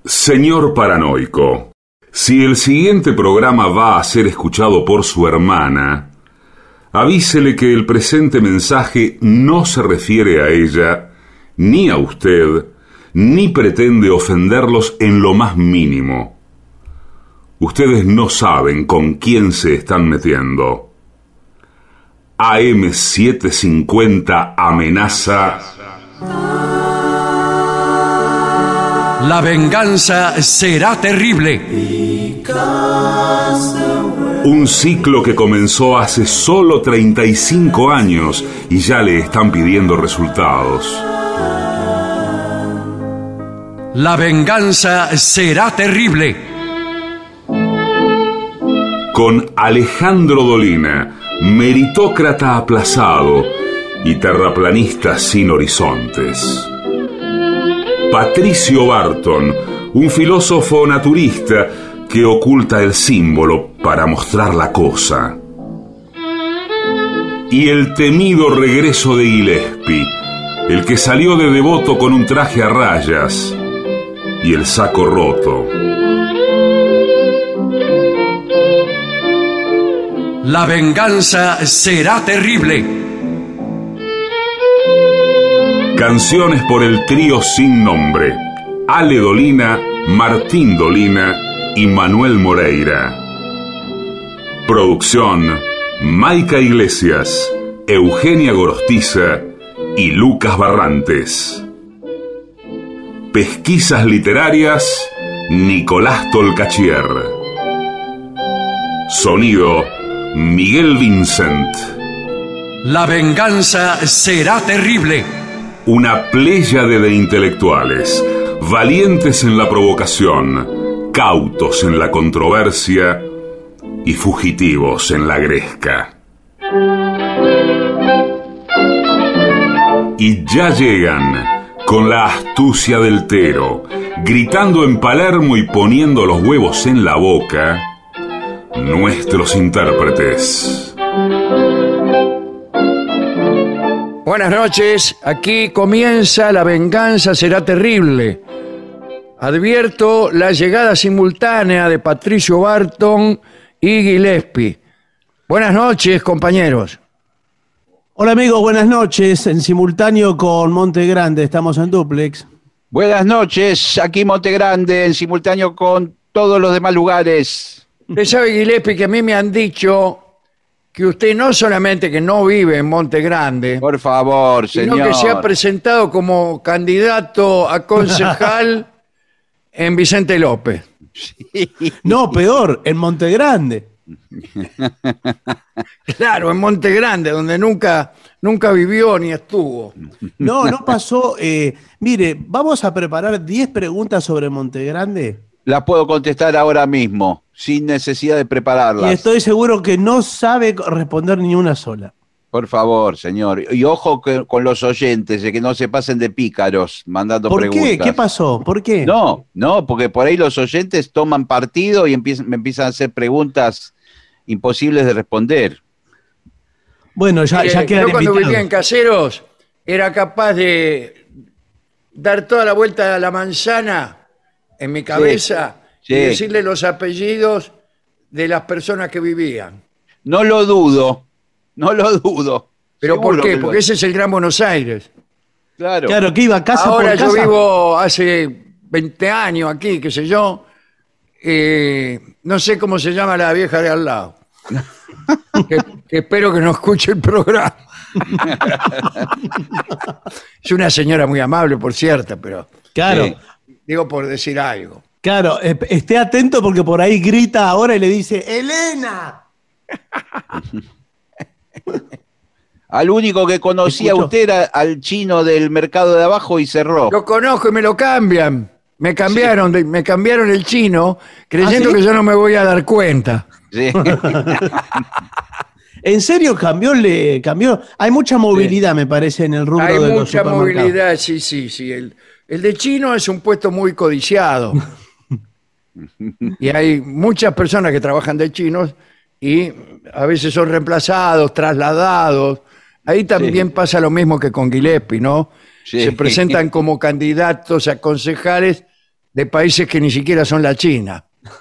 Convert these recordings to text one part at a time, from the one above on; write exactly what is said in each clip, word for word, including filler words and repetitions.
Señor paranoico, si el siguiente programa va a ser escuchado por su hermana, avísele que el presente mensaje no se refiere a ella, ni a usted, ni pretende ofenderlos en lo más mínimo. Ustedes no saben con quién se están metiendo. A M setecientos cincuenta amenaza. La venganza será terrible. Un ciclo que comenzó hace solo treinta y cinco años y ya le están pidiendo resultados. La venganza será terrible. Con Alejandro Dolina, meritócrata aplazado y terraplanista sin horizontes. Patricio Barton, un filósofo naturista que oculta el símbolo para mostrar la cosa. Y el temido regreso de Gillespie, el que salió de devoto con un traje a rayas y el saco roto. La venganza será terrible. Canciones por el trío sin nombre: Ale Dolina, Martín Dolina y Manuel Moreira. Producción: Maica Iglesias, Eugenia Gorostiza y Lucas Barrantes. Pesquisas literarias: Nicolás Tolcachier. Sonido: Miguel Vincent. La venganza será terrible. Una pléyade de intelectuales, valientes en la provocación, cautos en la controversia y fugitivos en la gresca. Y ya llegan, con la astucia del Tero, gritando en Palermo y poniendo los huevos en la boca, nuestros intérpretes. Buenas noches, aquí comienza La venganza será terrible. Advierto la llegada simultánea de Patricio Barton y Gillespie. Buenas noches, compañeros. Hola amigos, buenas noches. En simultáneo con Monte Grande, estamos en duplex. Buenas noches, aquí Monte Grande, en simultáneo con todos los demás lugares. Usted sabe, Gillespie, que a mí me han dicho que usted no solamente que no vive en Monte Grande, por favor, sino señor, que se ha presentado como candidato a concejal en Vicente López. Sí. No, peor, en Monte Grande. Claro, en Monte Grande, donde nunca, nunca vivió ni estuvo. No, no pasó. Eh, mire, vamos a preparar diez preguntas sobre Monte Grande. Las puedo contestar ahora mismo, sin necesidad de prepararlas. Y estoy seguro que no sabe responder ni una sola. Por favor, señor. Y ojo que, con los oyentes, de que no se pasen de pícaros mandando ¿Por preguntas. qué? ¿Qué pasó? ¿Por qué? No, no, porque por ahí los oyentes toman partido y empiezan, me empiezan a hacer preguntas imposibles de responder. Bueno, ya, Eh, ya quedan yo cuando invitados. vivía en Caseros era capaz de dar toda la vuelta a la manzana en mi cabeza Sí, y sí. decirle los apellidos de las personas que vivían. No lo dudo, no lo dudo. ¿Pero Seguro por qué? que lo- Porque ese es el Gran Buenos Aires. Claro. Claro, que iba casa Ahora por yo casa. vivo hace veinte años aquí, qué sé yo. eh, no sé cómo se llama la vieja de al lado. que, que espero que no escuche el programa. Es una señora muy amable, por cierto, pero Claro, Sí. digo por decir algo. claro. eh, esté atento porque por ahí grita ahora y le dice ¡Elena! Al único que conocía Escucho. usted era al chino del mercado de abajo y cerró. Lo conozco y me lo cambian. Me cambiaron, de- me cambiaron el chino, creyendo ¿Ah, sí? que yo no me voy a dar cuenta. Sí. ¿En serio cambió? Le, cambió? Hay mucha movilidad, me parece, en el rubro Hay de los mucha supermercados. movilidad, sí, sí, sí. El, el de chino es un puesto muy codiciado. Y hay muchas personas que trabajan de chinos y a veces son reemplazados, trasladados. Ahí también pasa lo mismo que con Gillespie, ¿no? Sí. Se presentan como candidatos a concejales de países que ni siquiera son la China.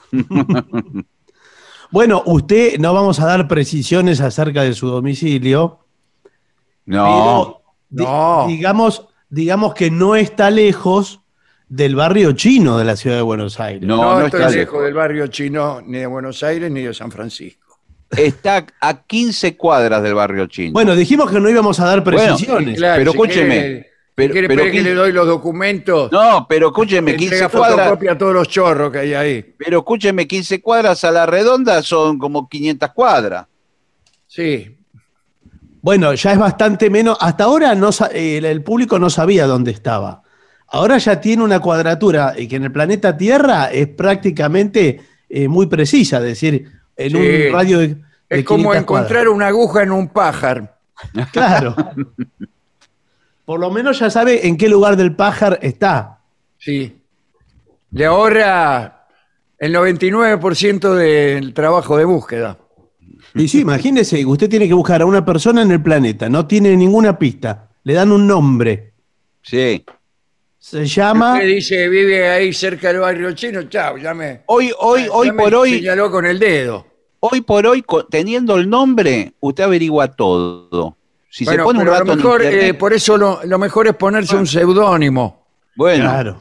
Bueno, usted, no vamos a dar precisiones acerca de su domicilio. No, Pero, di- No. digamos, digamos que no está lejos del barrio chino de la ciudad de Buenos Aires. No, No, no estoy está lejos lejos. del barrio chino, ni de Buenos Aires, ni de San Francisco. está a quince cuadras del barrio chino. Bueno, dijimos que no íbamos a dar Bueno, precisiones. Claro, pero si escúcheme, quiere- pero- si quiere pero espere que quince le doy los documentos, no, pero escúcheme, quince entrega cuadras, fotocopia a todos los chorros que hay ahí. pero escúcheme, quince cuadras a la redonda son como quinientas cuadras. Sí, Bueno, ya es bastante menos. Hasta ahora no, sa- eh, el público no sabía dónde estaba. Ahora ya tiene una cuadratura eh, que en el planeta Tierra es prácticamente eh, muy precisa, es decir, en Sí. un radio de, de es como quinientas encontrar una aguja en un pájaro. cuadras. Claro. Por lo menos ya sabe en qué lugar del pájaro está. Sí. Le ahorra el noventa y nueve por ciento del trabajo de búsqueda. Y sí, imagínese, usted tiene que buscar a una persona en el planeta, no tiene ninguna pista, le dan un nombre, Sí. se llama... Usted dice, vive ahí cerca del barrio chino, chao, ya me, Hoy, hoy, ya hoy me por hoy, señaló con el dedo. hoy por hoy, co- teniendo el nombre, usted averigua todo. Si Bueno, se pone un pero a rato lo en mejor, internet, eh, por eso lo, lo mejor es ponerse un seudónimo. bueno, Claro.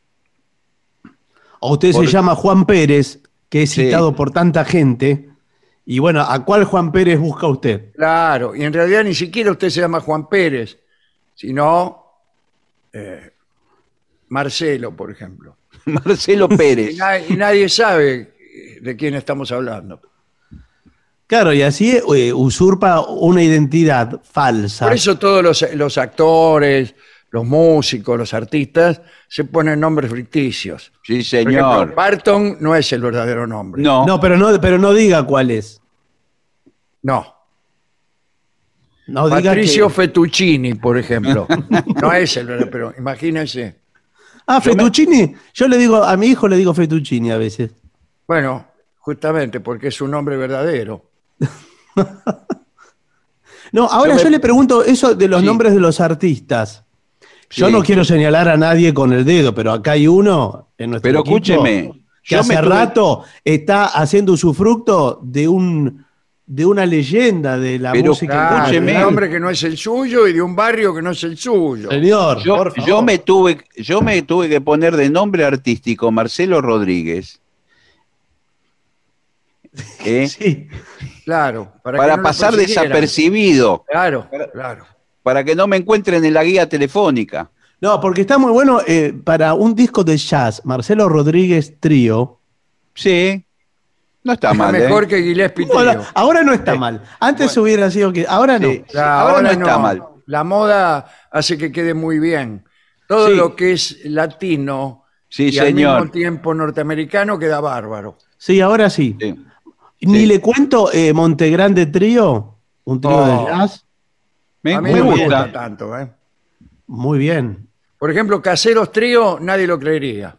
O usted Por- se llama Juan Pérez, que es Sí. citado por tanta gente, y bueno, ¿a cuál Juan Pérez busca usted? Claro, y en realidad ni siquiera usted se llama Juan Pérez, sino eh, Marcelo, por ejemplo. Marcelo Y, Pérez. na- y nadie sabe de quién estamos hablando. Claro, y así eh, usurpa una identidad falsa. Por eso todos los, los actores, los músicos, los artistas se ponen nombres ficticios. Sí, Por ejemplo, señor. Barton no es el verdadero nombre. No, No, pero no, pero no diga cuál es. No. No diga Patricio que... Fettuccini, por ejemplo. No es el verdadero, pero imagínense. Ah, Fettuccini. Yo le digo, a mi hijo le digo Fettuccini a veces. Bueno, justamente porque es un nombre verdadero. No, ahora Yo yo, me- le pregunto eso de los Sí. nombres de los artistas. Yo Sí. no quiero señalar a nadie con el dedo, pero acá hay uno en nuestro Pero equipo escúcheme, que yo hace me tuve- rato está haciendo usufructo de un de una leyenda de la Pero música. Claro, Escúcheme. un nombre que no es el suyo y de un barrio que no es el suyo. Señor, yo, por favor. yo me tuve, yo me tuve que poner de nombre artístico Marcelo Rodríguez. ¿Eh? Sí. Claro, para, que Para no lo pasar persiguieran. desapercibido, Claro, claro. para que no me encuentren en la guía telefónica. No, porque está muy bueno eh, para un disco de jazz, Marcelo Rodríguez Trío. Sí, no está Está mal. mejor ¿eh? que Gillespie Bueno, Trio. ahora no está mal. Antes hubiera sido que. Ahora no. Sí. Claro, ahora no está mal. La moda hace que quede muy bien. Todo Sí. lo que es latino Sí, y al señor. mismo tiempo norteamericano queda bárbaro. Sí, ahora sí. Sí. Ni Sí. le cuento eh, Montegrande Trío, un trío Oh. de jazz. Me, A mí me no me gusta. gusta tanto. ¿eh? Muy bien. Por ejemplo, Caseros Trío, nadie lo creería.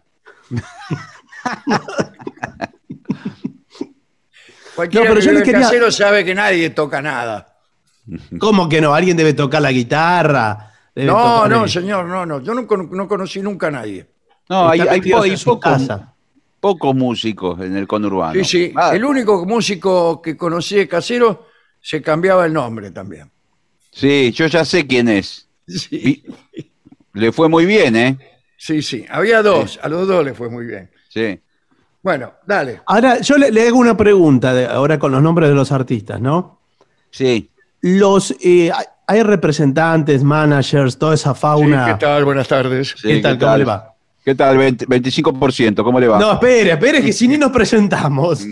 Cualquiera No, pero que yo vive le quería- Casero sabe que nadie toca nada. ¿Cómo que no? Alguien debe tocar la guitarra. debe No, tocar no, el- señor, no, no. Yo no, con- no conocí nunca a nadie. No, hay, está hay metido po- hay en su pocos, casa. pocos músicos en el conurbano. Sí, sí. Ah, El único músico que conocí de Casero se cambiaba el nombre también. sí, yo ya sé quién es. Sí, Le fue muy bien, ¿eh? sí, sí. Había dos, a los dos les fue muy bien. Sí. Bueno, dale. Ahora, yo le, le hago una pregunta de- ahora con los nombres de los artistas, ¿no? Sí. Los, eh, hay, hay representantes, managers, toda esa Sí, fauna. ¿qué tal? Buenas tardes. Sí, ¿Qué tal? ¿Cómo le va? ¿Qué tal? veinte veinticinco por ciento, ¿cómo le va? No, espere, espere, que si ni nos presentamos.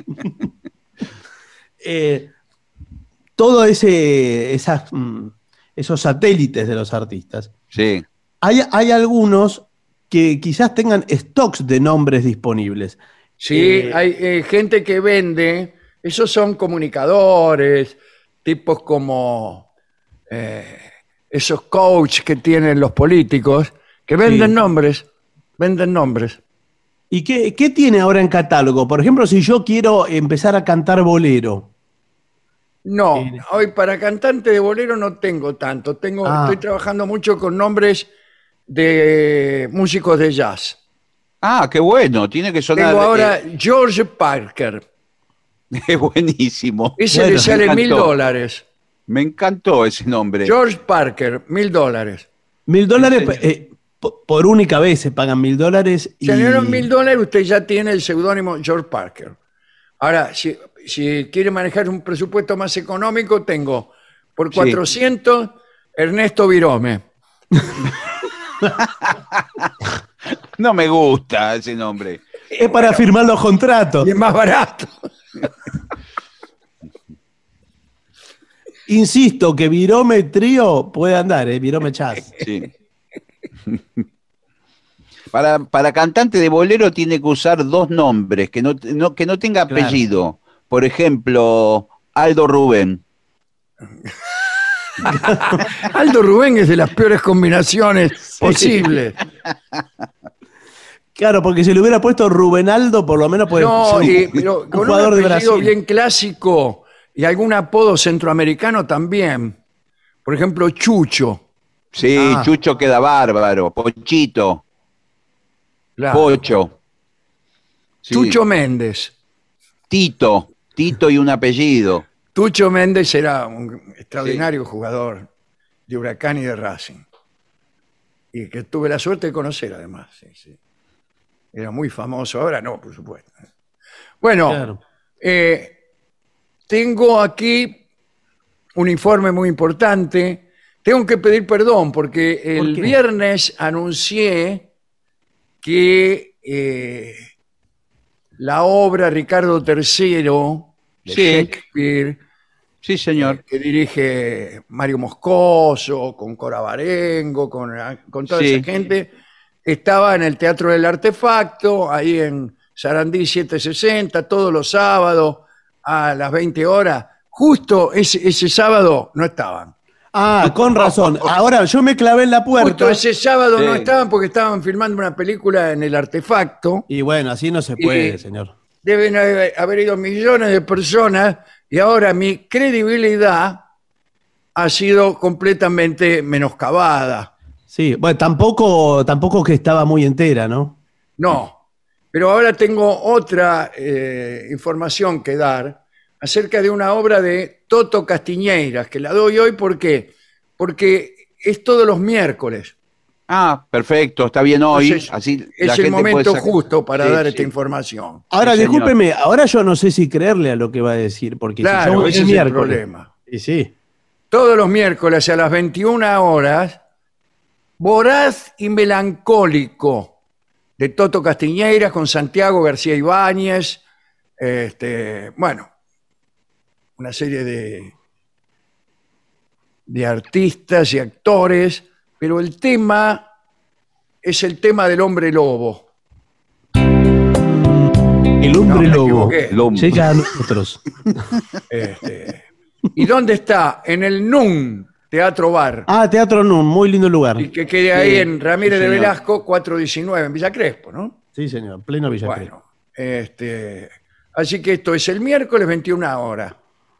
Eh, todo ese, esas, mm, esos satélites de los artistas. Sí. Hay, hay algunos que quizás tengan stocks de nombres disponibles. Sí, Eh, hay eh, gente que vende, esos son comunicadores, tipos como eh, esos coach que tienen los políticos, que venden Sí. nombres, venden nombres. ¿Y qué, qué tiene ahora en catálogo? Por ejemplo, si yo quiero empezar a cantar bolero. No, Eh, hoy para cantante de bolero no tengo tanto, tengo, Ah. estoy trabajando mucho con nombres de músicos de jazz. Ah, qué bueno, tiene que sonar. Tengo ahora eh, George Parker. es buenísimo. Ese Bueno, le me sale encantó. mil dólares. Me encantó ese nombre. George Parker, mil dólares. Mil dólares señor. eh, po- por única vez se pagan mil dólares. Si le dieron mil dólares, usted ya tiene el seudónimo George Parker. Ahora, si, si quiere manejar un presupuesto más económico, tengo por Sí. cuatrocientos Ernesto Virome. No me gusta ese nombre. Es para firmar los contratos. Y es más barato. Insisto que Virome Trío puede andar, ¿eh? Virome Chas. Sí. Para, para cantante de bolero tiene que usar dos nombres, que no, no- que no tenga Claro. apellido. Por ejemplo, Aldo Rubén. Aldo Rubén es de las peores combinaciones posibles. Claro, porque si le hubiera puesto Rubenaldo, por lo menos puede No, ser un, y- pero un con un jugador de apellido Brasil. bien clásico y algún apodo centroamericano también. Por ejemplo, Chucho. Sí, Ah. Chucho queda bárbaro. Pochito, Claro. Pocho. Sí. Chucho Méndez. Tito, Tito y un apellido. Tucho Méndez era un extraordinario jugador de Huracán y de Racing. Y que tuve la suerte de conocer además. Sí, sí. Era muy famoso. Ahora no, por supuesto. Bueno, Claro. eh, tengo aquí un informe muy importante. Tengo que pedir perdón porque el ¿Por qué? viernes anuncié que eh, la obra Ricardo tercero de Sí. Shakespeare, Sí, señor. que dirige Mario Moscoso, con Cora Barengo, con, con toda Sí. esa gente, estaba en el Teatro del Artefacto, ahí en Sarandí setecientos sesenta, todos los sábados a las veinte horas. Justo ese, ese sábado no estaban. Ah, con razón. Ahora yo me clavé en la puerta. Justo ese sábado Sí. no estaban porque estaban filmando una película en el Artefacto. Y bueno, así no se puede, Y- señor. Deben haber haber ido millones de personas y ahora mi credibilidad ha sido completamente menoscabada. Sí, bueno, tampoco, tampoco que estaba muy entera, ¿no? No, pero ahora tengo otra eh, información que dar acerca de una obra de Toto Castiñeiras, que la doy hoy ¿por qué? Porque es todos los miércoles. Ah, perfecto, está bien hoy. Entonces, así la es el gente puede momento sacar- justo para Sí, dar sí. esta información. Ahora, Sí, señor. discúlpeme, ahora yo no sé si creerle a lo que va a decir, porque si Claro, yo voy ese el es el miércoles. problema. Y sí. Todos los miércoles a las veintiuna horas, Voraz y Melancólico, de Toto Castiñeiras con Santiago García Ibáñez, este, bueno, una serie de, de artistas y actores, pero el tema es el tema del hombre lobo. El No, hombre me lobo equivoqué. El hombre. llega a nosotros. Este, ¿y dónde está? En el N U M, Teatro Bar. Ah, Teatro Nun, muy lindo lugar. Y que quede ahí Sí, en Ramírez sí, de señor. Velasco, cuatrocientos diecinueve, en Villa Crespo, ¿no? Sí, señor, pleno Villa Crespo. Bueno, este, así que esto es el miércoles veintiuna horas.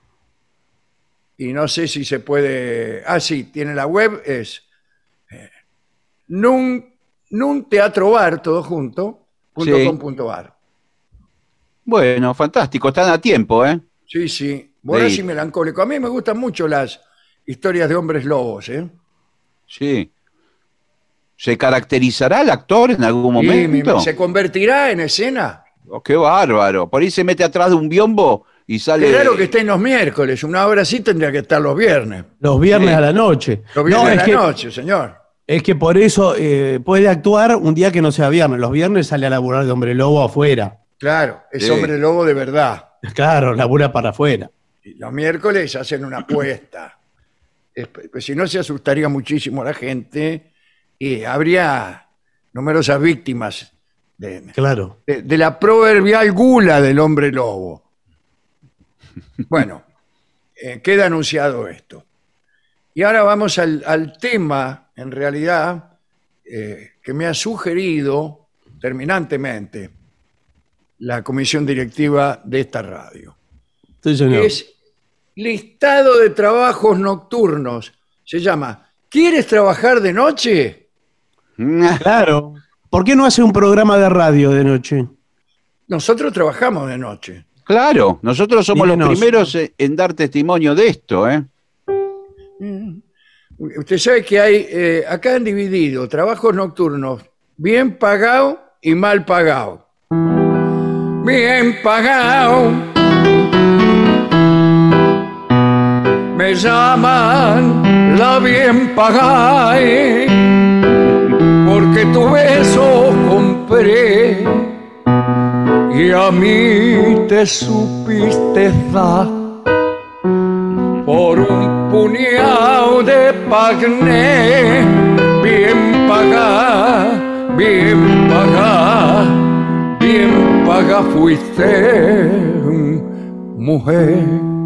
Y no sé si se puede... Ah, sí, tiene la web, es eh, nun, nun Teatro Bar, todo junto, punto Sí. com punto bar. Bueno, fantástico, están a tiempo, ¿eh? Sí, sí, voraz Sí. y melancólico. A mí me gustan mucho las historias de hombres lobos, ¿eh? Sí. ¿Se caracterizará el actor en algún Y momento? mi- ¿Se convertirá en escena? Oh, qué bárbaro. Por ahí se mete atrás de un biombo y sale. Claro que estén los miércoles, una hora así tendría que estar los viernes. Los viernes Sí. a la noche. Los viernes no, de es la que, noche, señor. es que por eso eh, puede actuar un día que no sea viernes. Los viernes sale a laburar de hombre lobo afuera. Claro, es Sí. hombre lobo de verdad. Claro, labura para afuera. Y los miércoles hacen una apuesta. Es- pues si no, se asustaría muchísimo la gente y habría numerosas víctimas de, Claro. de- de la proverbial gula del hombre lobo. Bueno, eh, queda anunciado esto. Y ahora vamos al, al tema, en realidad, eh, que me ha sugerido terminantemente la comisión directiva de esta radio. Sí, señor. Es listado de trabajos nocturnos. Se llama ¿Quieres trabajar de noche? Claro. ¿Por qué no hace un programa de radio de noche? Nosotros trabajamos de noche. Claro, nosotros somos Díganos. los primeros en dar testimonio de esto, ¿eh? Usted sabe que hay, eh, acá han dividido trabajos nocturnos bien pagados y mal pagados. Bien pagado. Me llaman la bien pagada, porque tu beso compré y a mí te supiste dar por un puñado de pagné. Bien pagada, bien pagada, bien pagada fuiste, mujer.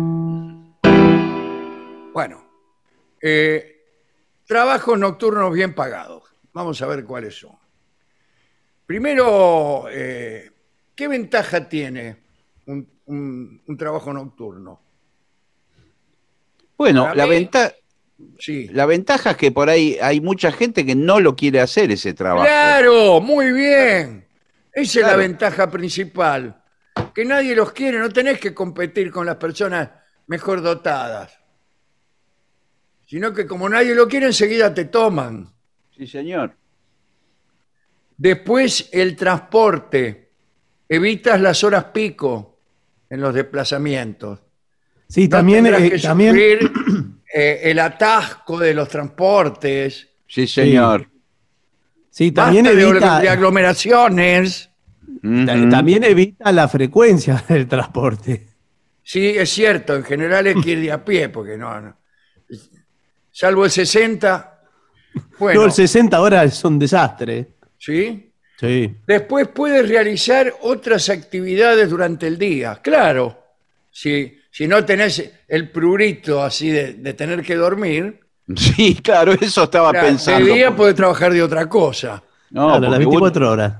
Bueno, eh, trabajos nocturnos bien pagados. Vamos a ver cuáles son. Primero, eh, ¿qué ventaja tiene un, un- un trabajo nocturno? Bueno, Para la, mí- venta- Sí. la ventaja es que por ahí hay mucha gente que no lo quiere hacer ese trabajo. Claro, muy bien. Esa es la Claro. ventaja principal. Que nadie los quiere, no tenés que competir con las personas mejor dotadas. Sino que como nadie lo quiere, enseguida te toman. Sí, señor. Después el transporte. Evitas las horas pico en los desplazamientos. Sí, No también, tendrás eh, que también sufrir eh, el atasco de los transportes. Sí, señor. sí, también Basta de, evita, de aglomeraciones. ta- Ujú. también evita la frecuencia del transporte. Sí, es cierto, en general hay que ir de a pie, porque no, no. Salvo el sesenta. Bueno, Todo el sesenta horas es un desastre. ¿sí? Sí. Después puedes realizar otras actividades durante el día. Claro, si, si no tenés el prurito así de, de tener que dormir, Sí, claro, eso estaba claro, pensando. de día podés trabajar de otra cosa. No, Claro, las porque veinticuatro horas.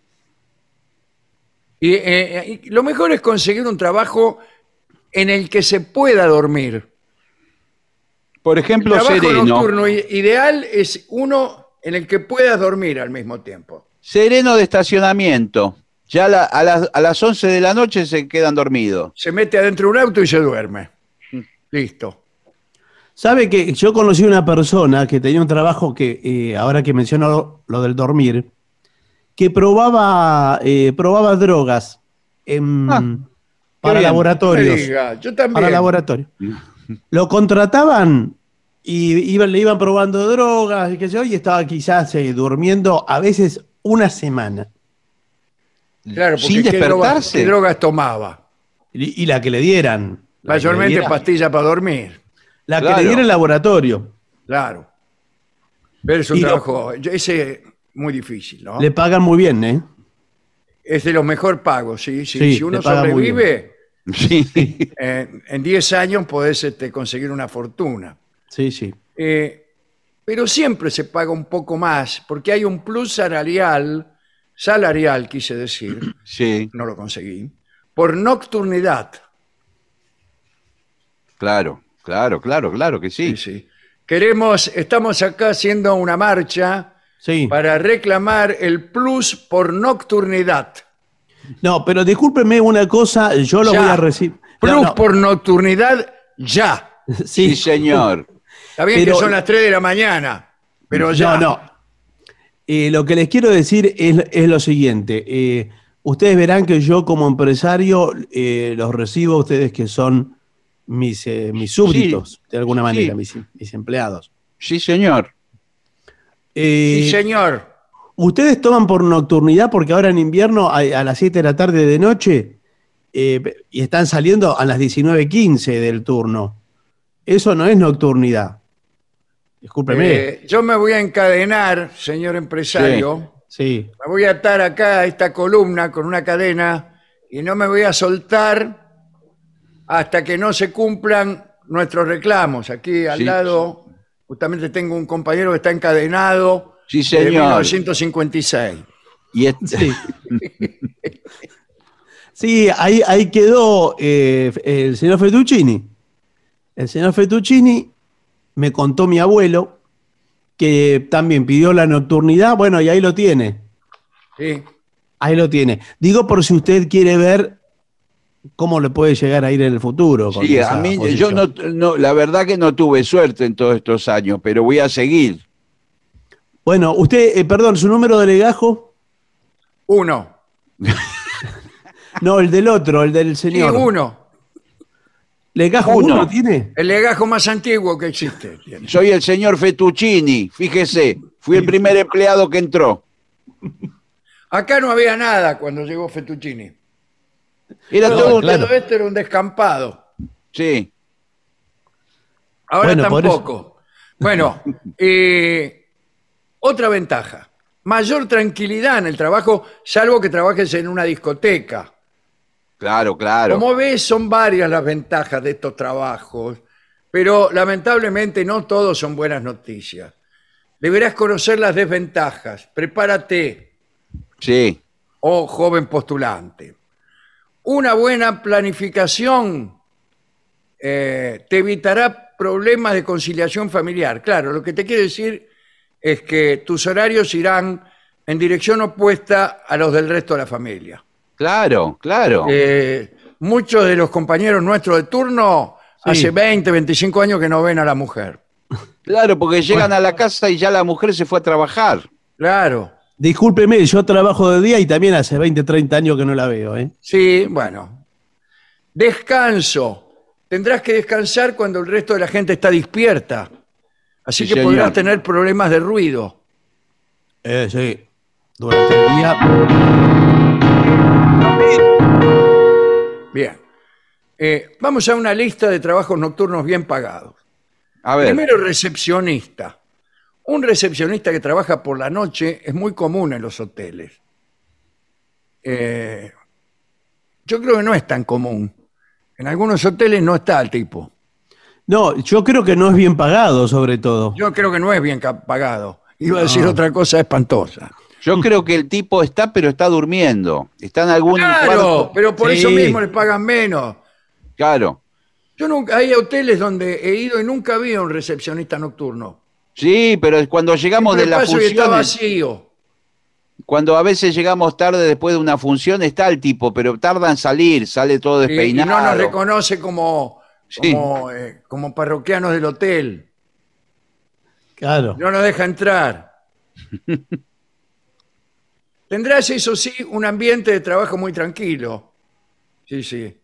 Y, eh, y lo mejor es conseguir un trabajo en el que se pueda dormir. uno, por El ejemplo, trabajo sereno. nocturno i- ideal es uno en el que puedas dormir al mismo tiempo. Sereno de estacionamiento. Ya a, la- a las, a las once de la noche se quedan dormidos. Se mete adentro de un auto y se duerme. Listo. ¿Sabe que yo conocí una persona que tenía un trabajo que, eh, ahora que mencionó lo, lo del dormir, que probaba, eh, probaba drogas en- Ah, para bien. No me laboratorios. diga, yo también. Para laboratorio. Lo contrataban y iban, le iban probando drogas y qué sé yo, y estaba quizás eh, durmiendo a veces una semana. Claro, porque Sin ¿qué drogas, despertarse. qué drogas tomaba? Y, y la que le dieran. La que le Mayormente diera- pastillas para dormir. La que Claro. le diera el laboratorio. Claro. Pero es un Y lo- trabajo, ese muy difícil, ¿no? Le pagan muy bien, ¿eh? Es de los mejor pagos, ¿sí? Sí, Sí, si uno le pagan muy sobrevive, Sí. eh, en diez años podés este, conseguir una fortuna. Sí, sí. Eh, pero siempre se paga un poco más, porque hay un plus salarial, salarial quise decir, Sí, no lo conseguí, por nocturnidad. claro, claro, claro, claro que sí. Sí, sí. Queremos, estamos acá haciendo una marcha Sí. para reclamar el plus por nocturnidad. No, pero discúlpeme una cosa, yo lo Ya. voy a recibir. Plus No, no. por nocturnidad ya. Sí, señor. Está bien Pero- que son las tres de la mañana, pero ya. No, no. Eh, lo que les quiero decir es, es lo siguiente. Eh, ustedes verán que yo como empresario eh, los recibo a ustedes que son mis, eh, mis súbditos, de alguna Sí. manera, mis, mis empleados. Sí, señor. Eh, Sí, señor. Ustedes toman por nocturnidad porque ahora en invierno a, a las siete de la tarde de noche eh, y están saliendo a las diecinueve quince del turno. Eso no es nocturnidad. Discúlpeme. Eh, yo me voy a encadenar, señor empresario. Sí. Me voy a atar acá a esta columna con una cadena y no me voy a soltar hasta que no se cumplan nuestros reclamos. Aquí al Sí. lado, justamente tengo un compañero que está encadenado Sí, de señor. mil novecientos cincuenta y seis. Y es- Sí, Sí, ahí, ahí quedó eh, el señor Fettuccini. El señor Fettuccini me contó mi abuelo que también pidió la nocturnidad, bueno, y ahí lo tiene. Sí. Ahí lo tiene. Digo por si usted quiere ver cómo le puede llegar a ir en el futuro. Con Sí, esa a mí, yo posición. no, no, la verdad que no tuve suerte en todos estos años, pero voy a seguir. Bueno, usted, eh, perdón, ¿su número de legajo? Uno. No, el del otro, el del Sí, señor. uno. ¿Legajo Uno. uno tiene? El legajo más antiguo que existe. tiene. Soy el señor Fettuccini, fíjese, fui el primer empleado que entró. Acá no había nada cuando llegó Fettuccini. Era Todo, todo un... claro. todo esto era un descampado. Sí, Ahora Bueno, por tampoco. Bueno, eh, otra ventaja. Mayor tranquilidad en el trabajo, salvo que trabajes en una discoteca. claro, claro. Como ves, son varias las ventajas de estos trabajos, pero lamentablemente no todos son buenas noticias. Deberás conocer las desventajas. Prepárate, Sí, oh joven postulante. Una buena planificación eh, te evitará problemas de conciliación familiar. Claro, lo que te quiere decir es que tus horarios irán en dirección opuesta a los del resto de la familia. claro, claro. Eh, muchos de los compañeros nuestros de turno Sí. hace veinte, veinticinco años que no ven a la mujer. Claro, porque llegan a la casa y ya la mujer se fue a trabajar. Claro. Discúlpeme, yo trabajo de día y también hace veinte, treinta años que no la veo, ¿eh? Sí, bueno. Descanso. Tendrás que descansar cuando el resto de la gente está despierta. Así Sí, que podrás señor. tener problemas de ruido. Eh, sí. Durante el día. Bien. Eh, vamos a una lista de trabajos nocturnos bien pagados. A ver, Primero, recepcionista. Un recepcionista que trabaja por la noche es muy común en los hoteles. Eh, yo creo que no es tan común. En algunos hoteles no está el tipo. No, yo creo que no es bien pagado, sobre todo. Yo creo que no es bien ca- pagado. Iba a decir No. otra cosa espantosa. yo creo que el tipo está, pero está durmiendo. Está en algún Claro, cuarto. pero por Sí. eso mismo le pagan menos. Claro. Yo nunca, hay hoteles donde he ido y nunca había un recepcionista nocturno. Sí, pero cuando llegamos Siempre de la paso y está función, vacío. cuando a veces llegamos tarde después de una función, está el tipo, pero tarda en salir, sale todo Y, y despeinado. no nos reconoce como, Sí. como, eh, como parroquianos del hotel. Claro. No nos deja entrar. Tendrás, eso sí, un ambiente de trabajo muy tranquilo. Sí, sí.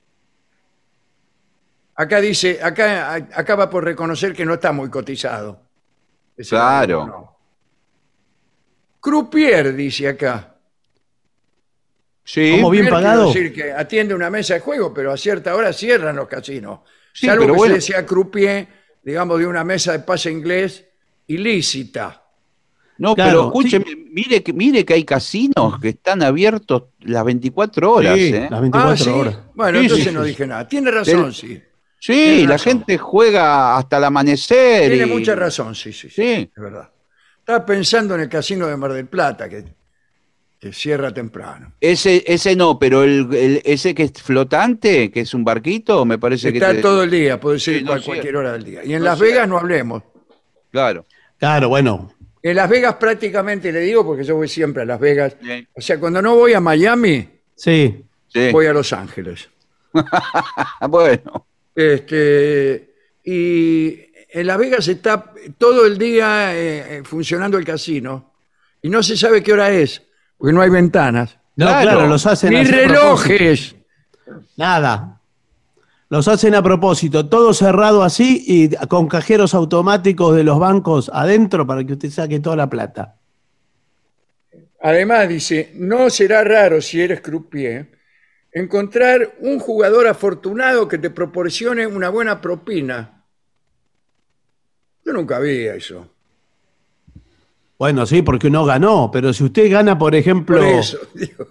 Acá dice, acá acaba por reconocer que no está muy cotizado. Ese Claro. no. Croupier, dice acá. Sí, ¿Cómo bien Croupier pagado? quiere decir que atiende una mesa de juego, pero a cierta hora cierran los casinos. Sí, Salvo pero que bueno. se sea croupier, digamos, de una mesa de pase inglés ilícita. no, Claro, pero escúcheme, mire que mire que hay casinos que están abiertos las veinticuatro horas, Sí, ¿eh? las veinticuatro Ah, ¿sí? horas. Bueno, Sí, entonces sí, no sí. dije nada. Tiene razón, Del- sí. Sí, Tiene la razón. gente juega hasta el amanecer. Tiene y- mucha razón, sí, sí, sí, Sí. es verdad. Estaba pensando en el casino de Mar del Plata, que, que cierra temprano. Ese, ese no, pero el, el- ese que es flotante, que es un barquito, me parece que... Está te- todo el día, puede ser Sí, no cual- cierra. cualquier hora del día. Y en No Las cierra. Vegas no hablemos. Claro. Claro, bueno. En Las Vegas prácticamente, le digo porque yo voy siempre a Las Vegas. Sí. O sea, cuando no voy a Miami, Sí. Sí. voy a Los Ángeles. Ah, bueno. Este, y en Las Vegas está todo el día eh, eh, funcionando el casino y no se sabe qué hora es, porque no hay ventanas. No, Claro. claro, los hacen Ni así a propósito. relojes. Nada. Los hacen a propósito, todo cerrado así y con cajeros automáticos de los bancos adentro para que usted saque toda la plata. Además, dice, no será raro si eres croupier encontrar un jugador afortunado que te proporcione una buena propina. Yo nunca vi eso. Bueno, sí, porque uno ganó, pero si usted gana, por ejemplo, Por eso, digo.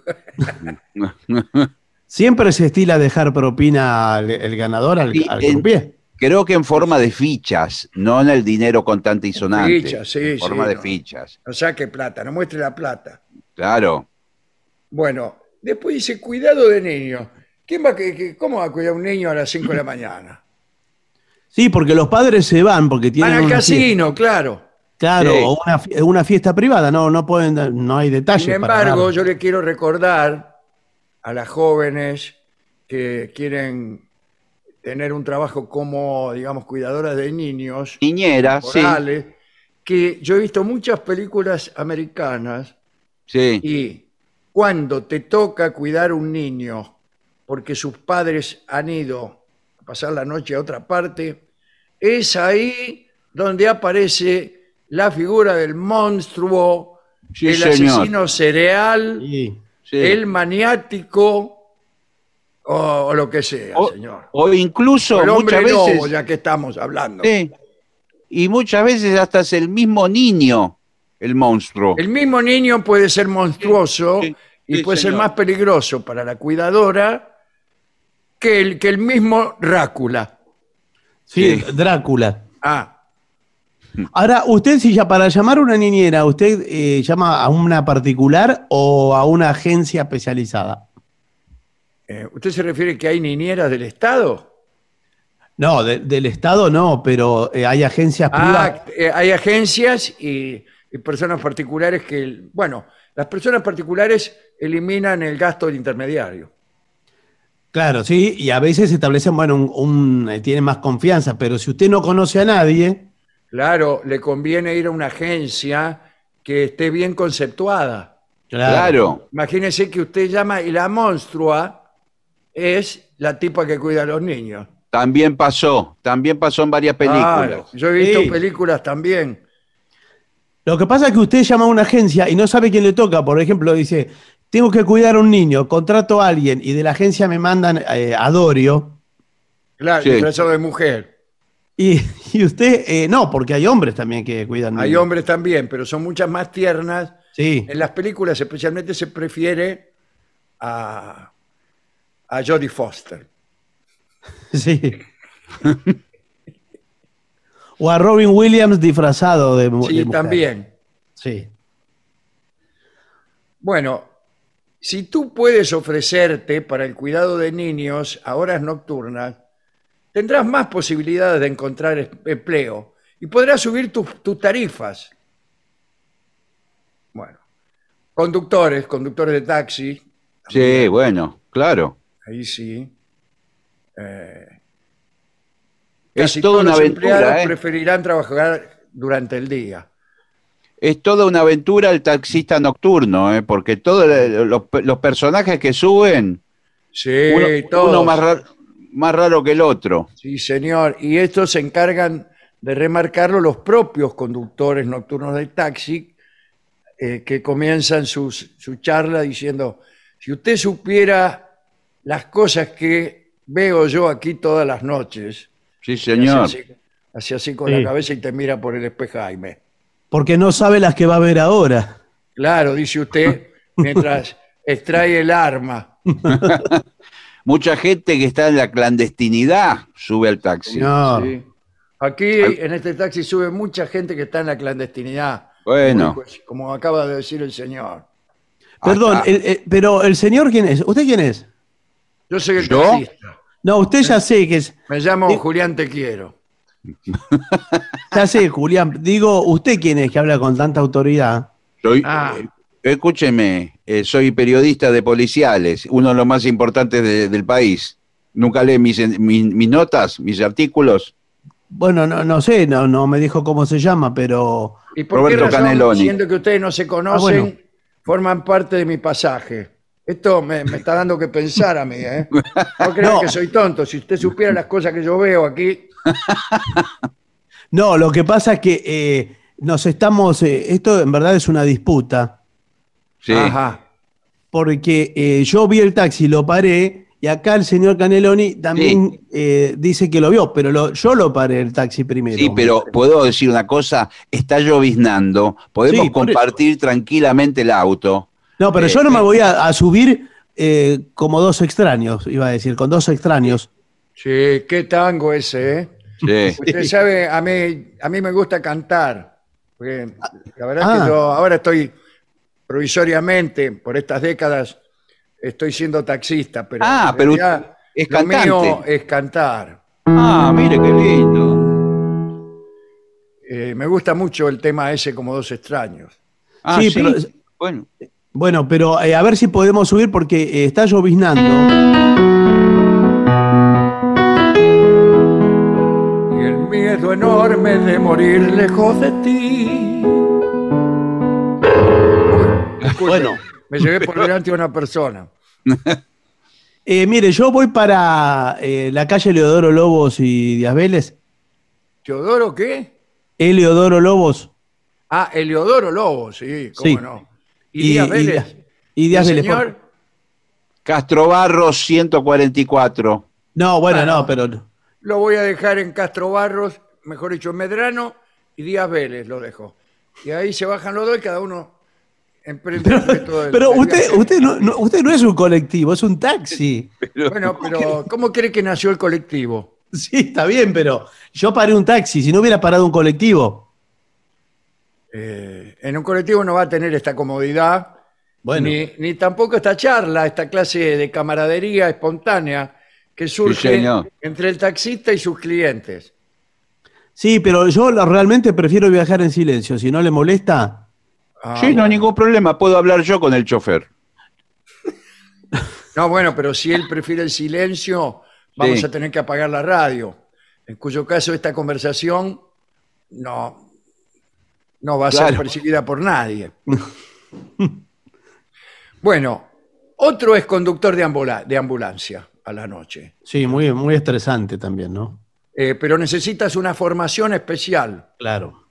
siempre se estila dejar propina al el ganador, al, Sí, al en- croupier. Creo que en forma de fichas, no en el dinero contante y sonante. Fichas, sí, en forma sí, de no. fichas. No saque plata, no muestre la plata. Claro. Bueno, después dice, cuidado de niños. ¿Quién va a, que- que- ¿Cómo va a cuidar a un niño a las cinco de la mañana? Sí, porque los padres se van porque Van tienen al una fiesta. casino, claro. Claro, Sí. o una, fie- una fiesta privada, no, no pueden, no hay detalles. Sin para embargo, dar. yo le quiero recordar a las jóvenes que quieren tener un trabajo como, digamos, cuidadoras de niños, Niñera, sí, temporales, que yo he visto muchas películas americanas sí. y cuando te toca cuidar un niño porque sus padres han ido a pasar la noche a otra parte, es ahí donde aparece la figura del monstruo, Sí, el señor. asesino cereal, Sí. Sí. el maniático o, o lo que sea, o, señor. o incluso O el hombre muchas veces, lobo, ya que estamos hablando. sí, y muchas veces hasta es el mismo niño el monstruo. El mismo niño puede ser monstruoso Sí, sí, y sí, puede ser señor. más peligroso para la cuidadora que el, que el mismo Drácula. Sí, Sí. Drácula. Ah, Ahora, usted, si ya para llamar a una niñera, ¿usted eh, llama a una particular o a una agencia especializada? eh, ¿usted se refiere que hay niñeras del Estado? No, de- del Estado no, pero eh, hay agencias privadas. Ah, eh, hay agencias y, y personas particulares que, bueno, las personas particulares eliminan el gasto del intermediario. Claro, sí, y a veces establecen, bueno, un, un, eh, tienen más confianza, pero si usted no conoce a nadie, Claro, le conviene ir a una agencia que esté bien conceptuada. Claro, Imagínese que usted llama y la monstrua es la tipa que cuida a los niños. también pasó, también pasó en varias películas. Claro, yo he visto Sí. películas también. Lo que pasa es que usted llama a una agencia y no sabe quién le toca. Por ejemplo, dice, tengo que cuidar a un niño, contrato a alguien y de la agencia me mandan eh, a Dorio. Claro, Sí. disfrazado de mujer. Y, y usted, eh, no, porque hay hombres también que cuidan Hay niños. hombres también, pero son muchas más tiernas. Sí, En las películas especialmente se prefiere a, a Jodie Foster. sí. O a Robin Williams disfrazado de, mu- de Sí, mujer. también. Sí. Bueno, si tú puedes ofrecerte para el cuidado de niños a horas nocturnas, tendrás más posibilidades de encontrar es- empleo y podrás subir tus, tus tarifas. Bueno, conductores, conductores de taxi, Sí, bueno, claro. ahí sí. Eh, Es casi toda todos una los aventura, empleados ¿eh? preferirán trabajar durante el día. Es toda una aventura el taxista nocturno, ¿eh? Porque todos los, los personajes que suben, Sí, uno, todos. uno más, ra- más raro que el otro. Sí, señor. Y estos se encargan de remarcarlo los propios conductores nocturnos de taxi, eh, que comienzan sus- su charla diciendo, si usted supiera las cosas que veo yo aquí todas las noches, Sí, y señor. hace así, hace así con Sí. la cabeza y te mira por el espejaime. Porque no sabe las que va a ver ahora. Claro, dice usted, mientras extrae el arma. Mucha gente que está en la clandestinidad sube al taxi. Señor. Sí. Aquí en este taxi sube mucha gente que está en la clandestinidad. Bueno. Como, como acaba de decir el señor. Perdón, Ah, el- el- pero el señor, ¿quién es? ¿Usted quién es? Yo soy el ¿Yo? taxista. No, usted ya sé que es. Me llamo Sí. Julián Te Quiero. Ya sé, Julián. Digo, ¿usted quién es que habla con tanta autoridad? Soy, Ah. eh, escúcheme, eh, soy periodista de policiales, uno de los más importantes de- del país. Nunca lee mis, mis, mis notas, mis artículos. Bueno, no, no sé, no, no me dijo cómo se llama, pero. ¿Y por Roberto qué razón, Caneloni. siendo que ustedes no se conocen, Ah, bueno. forman parte de mi pasaje? Esto me, me está dando que pensar a mí, ¿eh? No crean No. que soy tonto. Si usted supiera las cosas que yo veo aquí, No, lo que pasa es que eh, nos estamos. eh, esto en verdad es una disputa, Sí. ajá. porque eh, yo vi el taxi, lo paré, y acá el señor Caneloni también eh, dice que lo vio, pero lo- yo lo paré el taxi primero. Sí, pero puedo decir una cosa, está lloviznando, podemos Sí, por compartir tranquilamente el auto. No, pero Eh, yo no me eh. voy a, a subir eh, como dos extraños, iba a decir, con dos extraños. Sí, qué tango ese, ¿eh? Sí. Usted sabe, a mí, a mí me gusta cantar. Porque la verdad Ah. es que yo ahora estoy provisoriamente, por estas décadas, estoy siendo taxista, pero, Ah, en pero realidad es lo mío cantante. es cantar. Ah, mire qué lindo. Eh, me gusta mucho el tema ese como dos extraños. Ah, Sí, sí, pero- bueno. Bueno, pero eh, a ver si podemos subir porque eh, está lloviznando. Y el miedo enorme de morir lejos de ti. Disculpe, Bueno, me llevé por delante a una persona. Eh, mire, yo voy para eh, la calle Leodoro Lobos y Díaz Vélez. ¿Teodoro qué? Eleodoro Lobos. Ah, Eleodoro Lobo, sí, cómo Sí. no. Y, Díaz Vélez. y Díaz ¿El Vélez. señor? por- Castro Barros ciento cuarenta y cuatro. No, bueno, Bueno. no, pero. Lo voy a dejar en Castro Barros, mejor dicho, en Medrano, y Díaz Vélez lo dejo. Y ahí se bajan los dos y cada uno emprende el resto del- Pero del usted, viaje. usted, no, no- usted no es un colectivo, es un taxi. Bueno, pero ¿cómo cree que nació el colectivo? Sí, está bien, pero yo paré un taxi, si no hubiera parado un colectivo. Eh, en un colectivo no va a tener esta comodidad, Bueno, ni, ni tampoco esta charla, esta clase de camaradería espontánea que surge señor. entre el taxista y sus clientes. sí, pero yo lo- realmente prefiero viajar en silencio. Si no le molesta, Ah, Sí, no hay bueno. ningún problema. Puedo hablar yo con el chofer. No, bueno, pero si él prefiere el silencio, vamos Sí. a tener que apagar la radio. En cuyo caso esta conversación no, no va a ser Claro. percibida por nadie. Bueno, otro es conductor de, ambula- de ambulancia a la noche. sí, muy, muy estresante también, ¿no? Eh, pero necesitas una formación especial. Claro.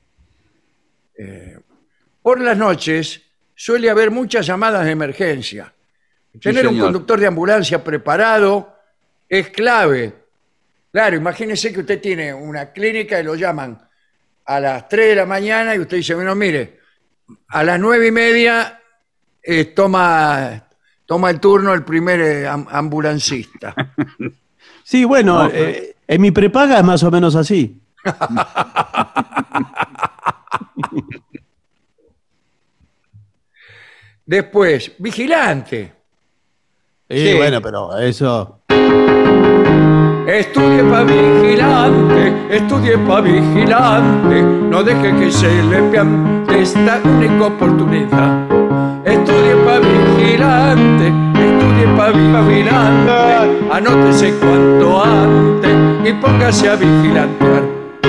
Por las noches suele haber muchas llamadas de emergencia. Tener un señor. conductor de ambulancia preparado es clave. Claro, imagínese que usted tiene una clínica y lo llaman a las tres de la mañana y usted dice, bueno, mire, a las nueve y media eh, toma, toma el turno el primer eh, am- ambulancista. Sí, bueno, No, eh, en mi prepaga es más o menos así. Después, vigilante. Sí, Sí. bueno, pero eso. Estudie pa' vigilante, estudie pa' vigilante, no deje que se le piante esta única oportunidad. Estudie pa' vigilante, estudie pa' vigilante, anótese cuanto antes y póngase a vigilantear.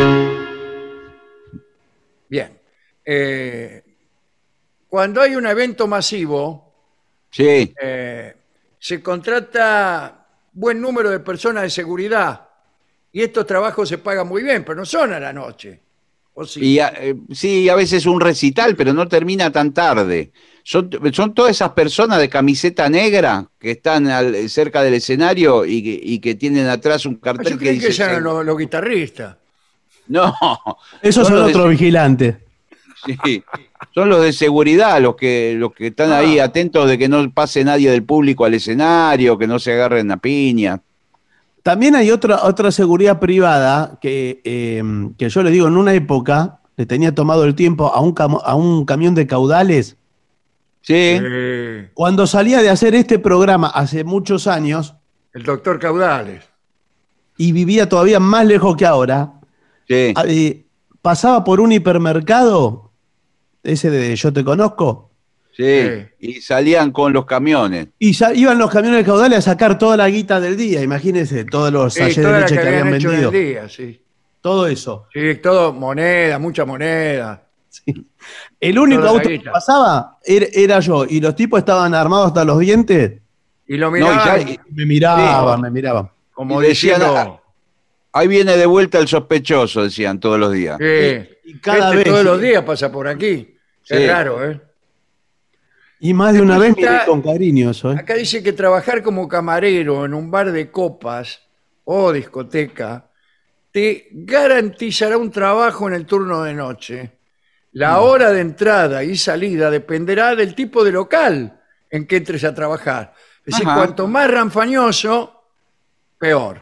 Bien. Eh, cuando hay un evento masivo, Sí. eh, se contrata buen número de personas de seguridad y estos trabajos se pagan muy bien, pero no son a la noche. ¿O sí? Y a- eh, sí, a veces un recital, pero no termina tan tarde. Son, son todas esas personas de camiseta negra que están al- cerca del escenario y que, y que tienen atrás un Ah, cartel yo que creí que dice... eran los, los guitarristas. No, Esos son son los de otros se- vigilantes. sí, son los de seguridad, los que, los que están Ah. ahí atentos de que no pase nadie del público al escenario, que no se agarren a piña. También hay otra, otra seguridad privada que, eh, que yo le digo, en una época le tenía tomado el tiempo a un, camo- a un camión de caudales. Sí, Eh, Cuando salía de hacer este programa hace muchos años el doctor Caudales. y vivía todavía más lejos que ahora, sí. ah, eh, pasaba por un hipermercado, ese de Yo Te Conozco, Sí, Sí. y salían con los camiones. y ya iban los camiones de caudales a sacar toda la guita del día. Imagínense, todos los Sí, sachets de toda la leche que que habían habían hecho en vendido. el día, sí. Todo eso. Sí, todo moneda, mucha moneda. El único Toda la auto que guita. pasaba era, era yo, y los tipos estaban armados hasta los dientes. Y lo No, y miraban ya- Me miraban, Sí. me miraban. como y decían, diciendo... Ahí viene de vuelta el sospechoso, decían todos los días. eh, Y- y cada este vez, todos sí. los días pasa por aquí. Sí. Es raro, ¿eh? Y más de una vez Después miré está- con cariño eso, ¿eh? Acá dice que trabajar como camarero en un bar de copas o discoteca te garantizará un trabajo en el turno de noche. La hora de entrada y salida dependerá del tipo de local en que entres a trabajar. Es decir, Ajá. cuanto más ranfañoso, peor.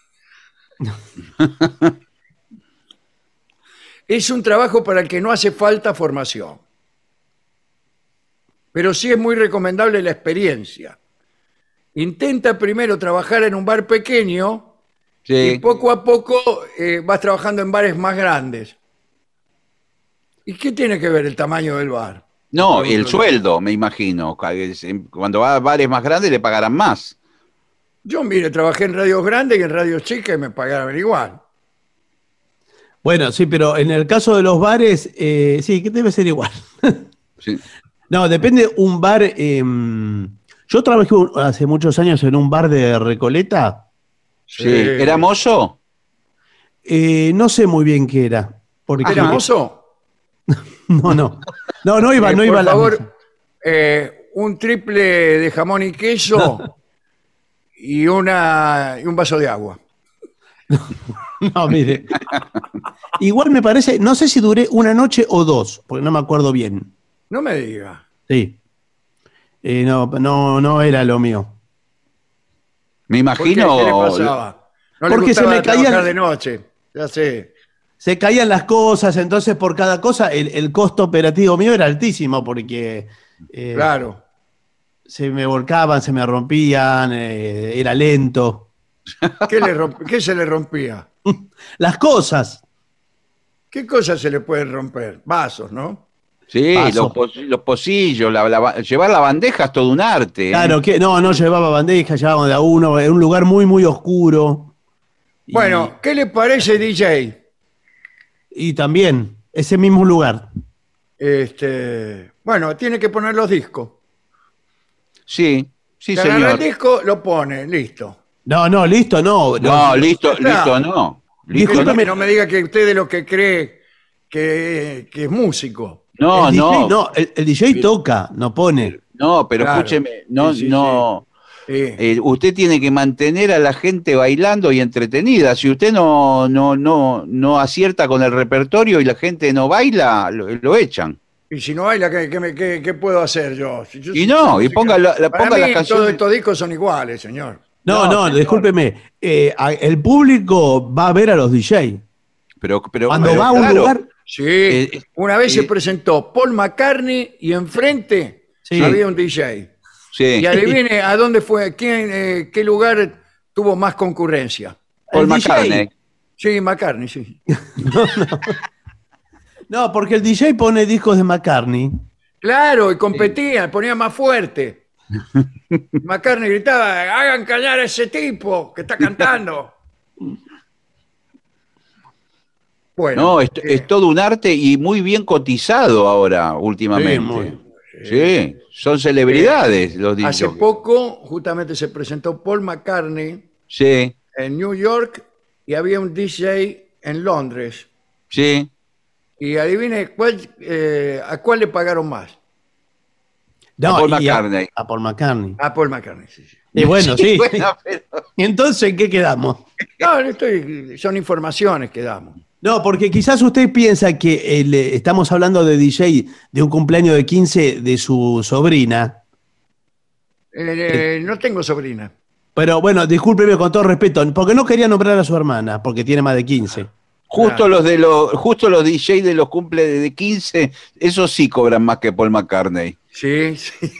Es un trabajo para el que no hace falta formación. Pero sí es muy recomendable la experiencia. Intenta primero trabajar en un bar pequeño y Sí, poco a poco eh, vas trabajando en bares más grandes. ¿Y qué tiene que ver el tamaño del bar? No, el sueldo, me imagino. Cuando va a bares más grandes le pagarán más. Yo, mire, trabajé en radios grandes y en radios chicas y me pagaban igual. Bueno, sí, pero en el caso de los bares, eh, sí, que debe ser igual. Sí. No, depende un bar. Eh, yo trabajé hace muchos años en un bar de Recoleta. Sí. ¿Era mozo? Eh, no sé muy bien qué era. Porque... ¿Era mozo? No, no. No, no iba, Eh, no iba por a la favor, mesa. eh, un triple de jamón y queso No. y, una, y un vaso de agua. No, mire. Igual me parece, no sé si duré una noche o dos, porque no me acuerdo bien. No me diga. Sí. Eh, no, no, no era lo mío. Me ¿Por qué? imagino. ¿Qué le pasaba? No le Porque se gustaba me caían- trabajar de noche. Ya sé. Se caían las cosas, entonces por cada cosa el, el costo operativo mío era altísimo porque eh, Claro. se me volcaban, se me rompían, eh, era lento. ¿Qué, le romp- ¿Qué se le rompía? Las cosas. ¿Qué cosas se le pueden romper? Vasos, ¿no? Sí, Paso. los, pos- los pocillos, la- la- llevar la bandeja es todo un arte. ¿eh? Claro, que no, no llevaba bandeja, llevábamos de a uno, en un lugar muy, muy oscuro. Y- Bueno, ¿qué le parece D J? Y también, ese mismo lugar. Este, bueno, tiene que poner los discos. Sí, sí, Se agarra el señor. disco, lo pone, listo. No, no, listo, no. No, listo, Claro. listo, no. Que Listo, no, no. me- no me diga que usted de lo que cree que, que es músico. No, el D J, no, no, el, el D J toca, no pone. no, pero Claro. escúcheme, no, Sí, sí, no. Sí. Eh, usted tiene que mantener a la gente bailando y entretenida. Si usted no, no, no, no acierta con el repertorio y la gente no baila, lo, lo echan. Y si no baila, ¿qué, qué, me- qué- qué puedo hacer yo? Si yo Y soy no, y música- ponga la- la- Para ponga mí, las canciones- todos estos discos son iguales, señor. No, No, no, señor. discúlpeme. eh, a- el público va a ver a los D J. Pero, pero Cuando pero va a un claro, lugar. Sí, Eh, una vez eh, se presentó Paul McCartney y enfrente Sí. había un D J. Sí, Y adivine a dónde fue, quién, eh, qué lugar tuvo más concurrencia. Paul el D J. McCartney. Sí, McCartney, sí. No, porque el D J pone discos de McCartney. Claro, y competía, ponía más fuerte. McCartney gritaba, hagan callar a ese tipo que está cantando. Bueno, No, es, eh, es todo un arte y muy bien cotizado ahora, últimamente. Sí, muy. Sí, son celebridades los D Js. hace poco justamente se presentó Paul McCartney Sí, en New York y había un D J en Londres. sí. Y adivine cuál, eh, a cuál le pagaron más. No, A Paul y McCartney. A, Paul McCartney. A Paul McCartney, sí, sí. Y bueno, sí. Bueno, pero- ¿Y entonces en qué quedamos? No, no estoy, son informaciones que damos. No, porque quizás usted piensa que el, eh, estamos hablando de D J de un cumpleaños de quince de su sobrina. Eh, eh, no tengo sobrina. Pero bueno, discúlpeme con todo respeto, porque no quería nombrar a su hermana, porque tiene más de quince. Justo Claro. los de los, justo los D J de los cumple de quince, esos sí cobran más que Paul McCartney. Sí, sí.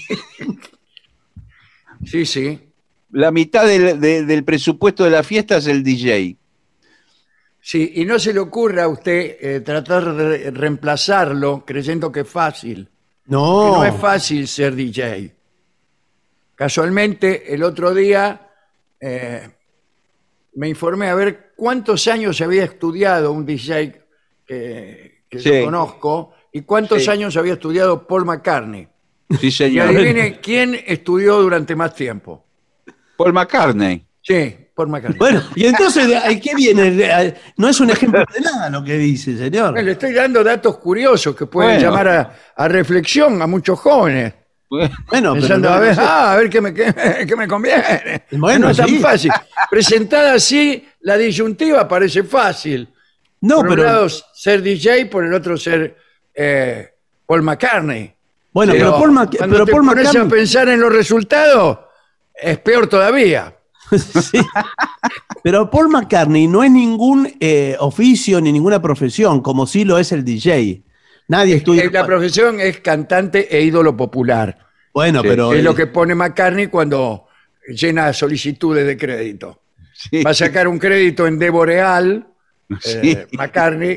Sí, sí. La mitad del, de- del presupuesto de la fiesta es el D J. Sí, y no se le ocurra a usted eh, tratar de reemplazarlo creyendo que es fácil. Que No, no es fácil ser D J. Casualmente, el otro día eh, me informé a ver cuántos años había estudiado un D J eh, que Sí. yo conozco y cuántos Sí. años había estudiado Paul McCartney. Sí, Y señor. adivine quién estudió durante más tiempo. Paul McCartney. Sí, Paul McCartney. Bueno, y entonces, ¿de ahí ¿qué viene? No es un ejemplo de nada lo que dice, señor. Le estoy dando datos curiosos que pueden Bueno. llamar a, a reflexión a muchos jóvenes. Bueno, Pensando, pero a no- ver, ah, a ver qué me, qué, qué me conviene. Bueno, no es tan sí. fácil. Presentada así, la disyuntiva parece fácil. no, por pero un lado ser D J, por el otro ser eh, Paul McCartney. bueno, pero, Paul, Mac- cuando pero te Paul pones a McCartney, pensar en los resultados, es peor todavía. sí. Pero Paul McCartney no es ningún eh, oficio ni ninguna profesión, como sí lo es el D J. Nadie estudia. Eh, La profesión es cantante e ídolo popular. Bueno, Sí. pero Es eh, lo que pone McCartney cuando llena solicitudes de crédito. Sí. Va a sacar un crédito en Devoreal, Sí. eh, McCartney,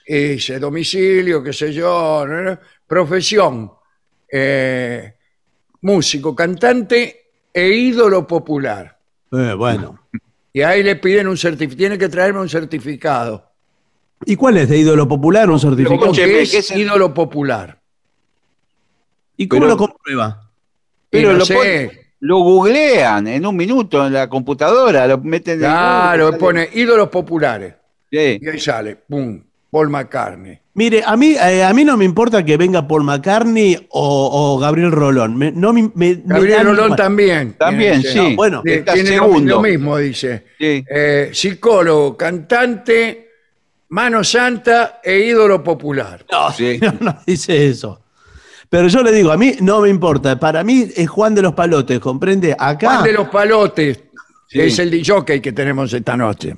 y dice domicilio, qué sé yo, ¿no? ¿no? Profesión, eh, músico, cantante e ídolo popular. Eh, bueno. Y ahí le piden un certificado, tiene que traerme un certificado. ¿Y cuál es de ídolo popular un certificado? ¿Cómo Escúcheme, que es ¿qué es el- ídolo popular? ¿Y cómo Pero- lo comprueba? Pero Y no lo, sé. pon- lo googlean en un minuto en la computadora, lo meten en Claro, Google, pone ídolos populares. sale. Y ahí sale, pum, Paul McCartney. Mire, a mí, eh, a mí no me importa que venga Paul McCartney o, o Gabriel Rolón. Me- no me, me- me Gabriel dan Rolón igual. también. También, Tiene- sí. No, bueno, tiene- está tiene lo, segundo. lo mismo, dice. Sí. Eh, psicólogo, cantante, mano santa e ídolo popular. No, Sí. no, no dice eso. Pero yo le digo, a mí no me importa. Para mí es Juan de los Palotes, ¿comprende? Acá. Juan de los Palotes, Sí. que es el D J que tenemos esta noche.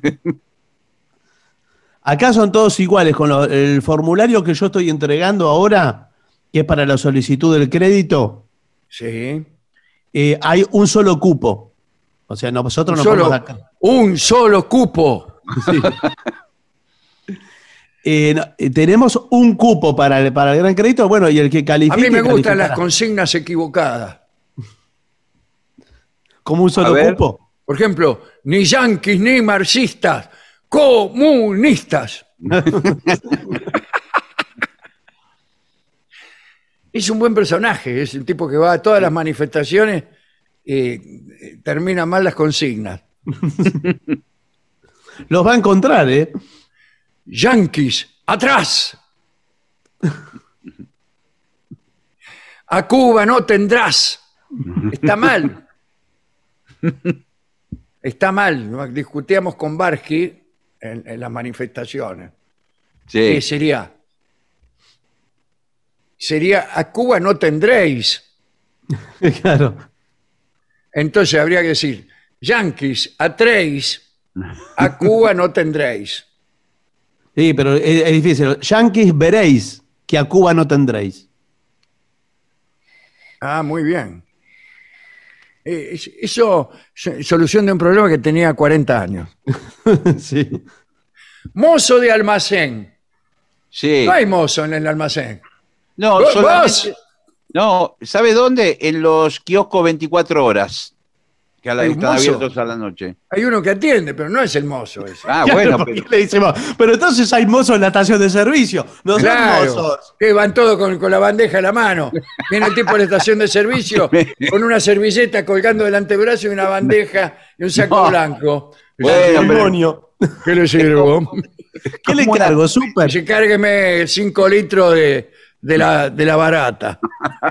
Acá son todos iguales. Con lo- el formulario que yo estoy entregando ahora, que es para la solicitud del crédito, Sí. eh, hay un solo cupo. O sea, nosotros Un no solo, podemos acá. un solo cupo. Eh, no, eh, tenemos un cupo para el, para el gran crédito. Bueno, y el que A califique. mí me gustan las calificará. consignas equivocadas. Como un A solo ver. cupo. Por ejemplo, ni yanquis ni marxistas, comunistas. Es un buen personaje, es un tipo que va a todas las manifestaciones y termina mal las consignas. Los va a encontrar, ¿eh? Yanquis, atrás. A Cuba no tendrás. Está mal. Está mal. Discutíamos con Barsky en, en las manifestaciones. Sí. ¿Qué sería? Sería a Cuba no tendréis. Claro. Entonces habría que decir, yanquis, atréis, a Cuba no tendréis. Sí, pero es, es difícil. Yankees veréis que a Cuba no tendréis. Ah, muy bien. Eh, es- Eso, so- solución de un problema que tenía cuarenta años. Sí. Mozo de almacén. Sí. No hay mozo en el almacén. No, ¿Vos? solamente. No, ¿sabe dónde? En los kioscos veinticuatro horas. Que a la, ¿Hay un están mozo? abiertos a la noche. Hay uno que atiende, pero no es el mozo ese. Ah, Claro, bueno, ¿por qué pero, le decimos? Pero entonces hay mozos en la estación de servicio. No son Claro, mozos. que van todos con, con la bandeja en la mano. Viene el tipo de la estación de servicio con una servilleta colgando del antebrazo y una bandeja y un saco No. blanco. Bueno, pero- Demonio. ¿Qué le sirvo? ¿Qué le como una- cargo? Súper. Dice, cárgueme cinco litros de, de, la, de la barata.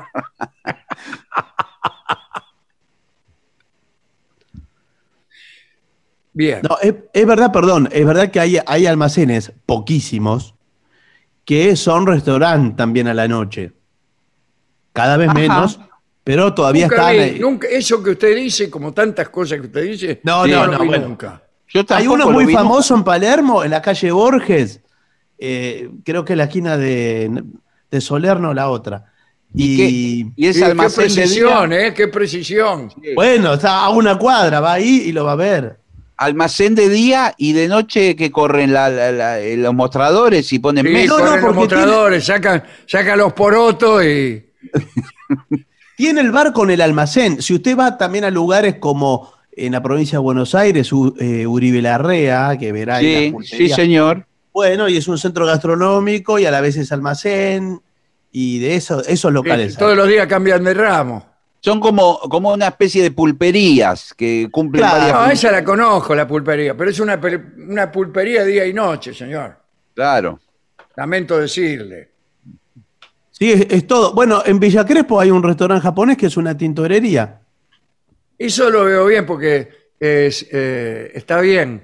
Bien. No, es, es verdad, perdón, es verdad que hay, hay almacenes, poquísimos, que son restaurante también a la noche. Cada vez Ajá. menos, pero todavía Nunca están. vi, eh, nunca- eso que usted dice, como tantas cosas que usted dice, No, no, lo no, vi bueno. nunca. yo Hay tampoco uno lo muy vi famoso nunca. en Palermo, en la calle Borges, eh, creo que en la esquina de, de Solerno, la otra. ¿Y, Y, qué? ¿Y ese Sí, qué almacén de precisión, día? ¿eh? Qué precisión. bueno, está a una cuadra, va ahí y lo va a ver. Almacén de día y de noche que corren la- la- la- eh, los mostradores y ponen Sí, mesas. no, no, corren los porque mostradores, sacan, sacan los porotos y... Tiene el bar con el almacén. Si usted va también a lugares como en la provincia de Buenos Aires, U- eh, Uribe Larrea, que verá ahí Sí, las sí, pulperías. señor. Bueno, y es un centro gastronómico y a la vez es almacén y de eso, esos locales. y todos los días cambian de ramo. Son como, como una especie de pulperías que cumplen Claro. varias No, funciones. esa la conozco, la pulpería, pero es una, pel- una pulpería día y noche, señor. Claro. Lamento decirle. Sí, es, es todo. Bueno, en Villa Crespo hay un restaurante japonés que es una tintorería. Eso lo veo bien porque es, eh, está bien.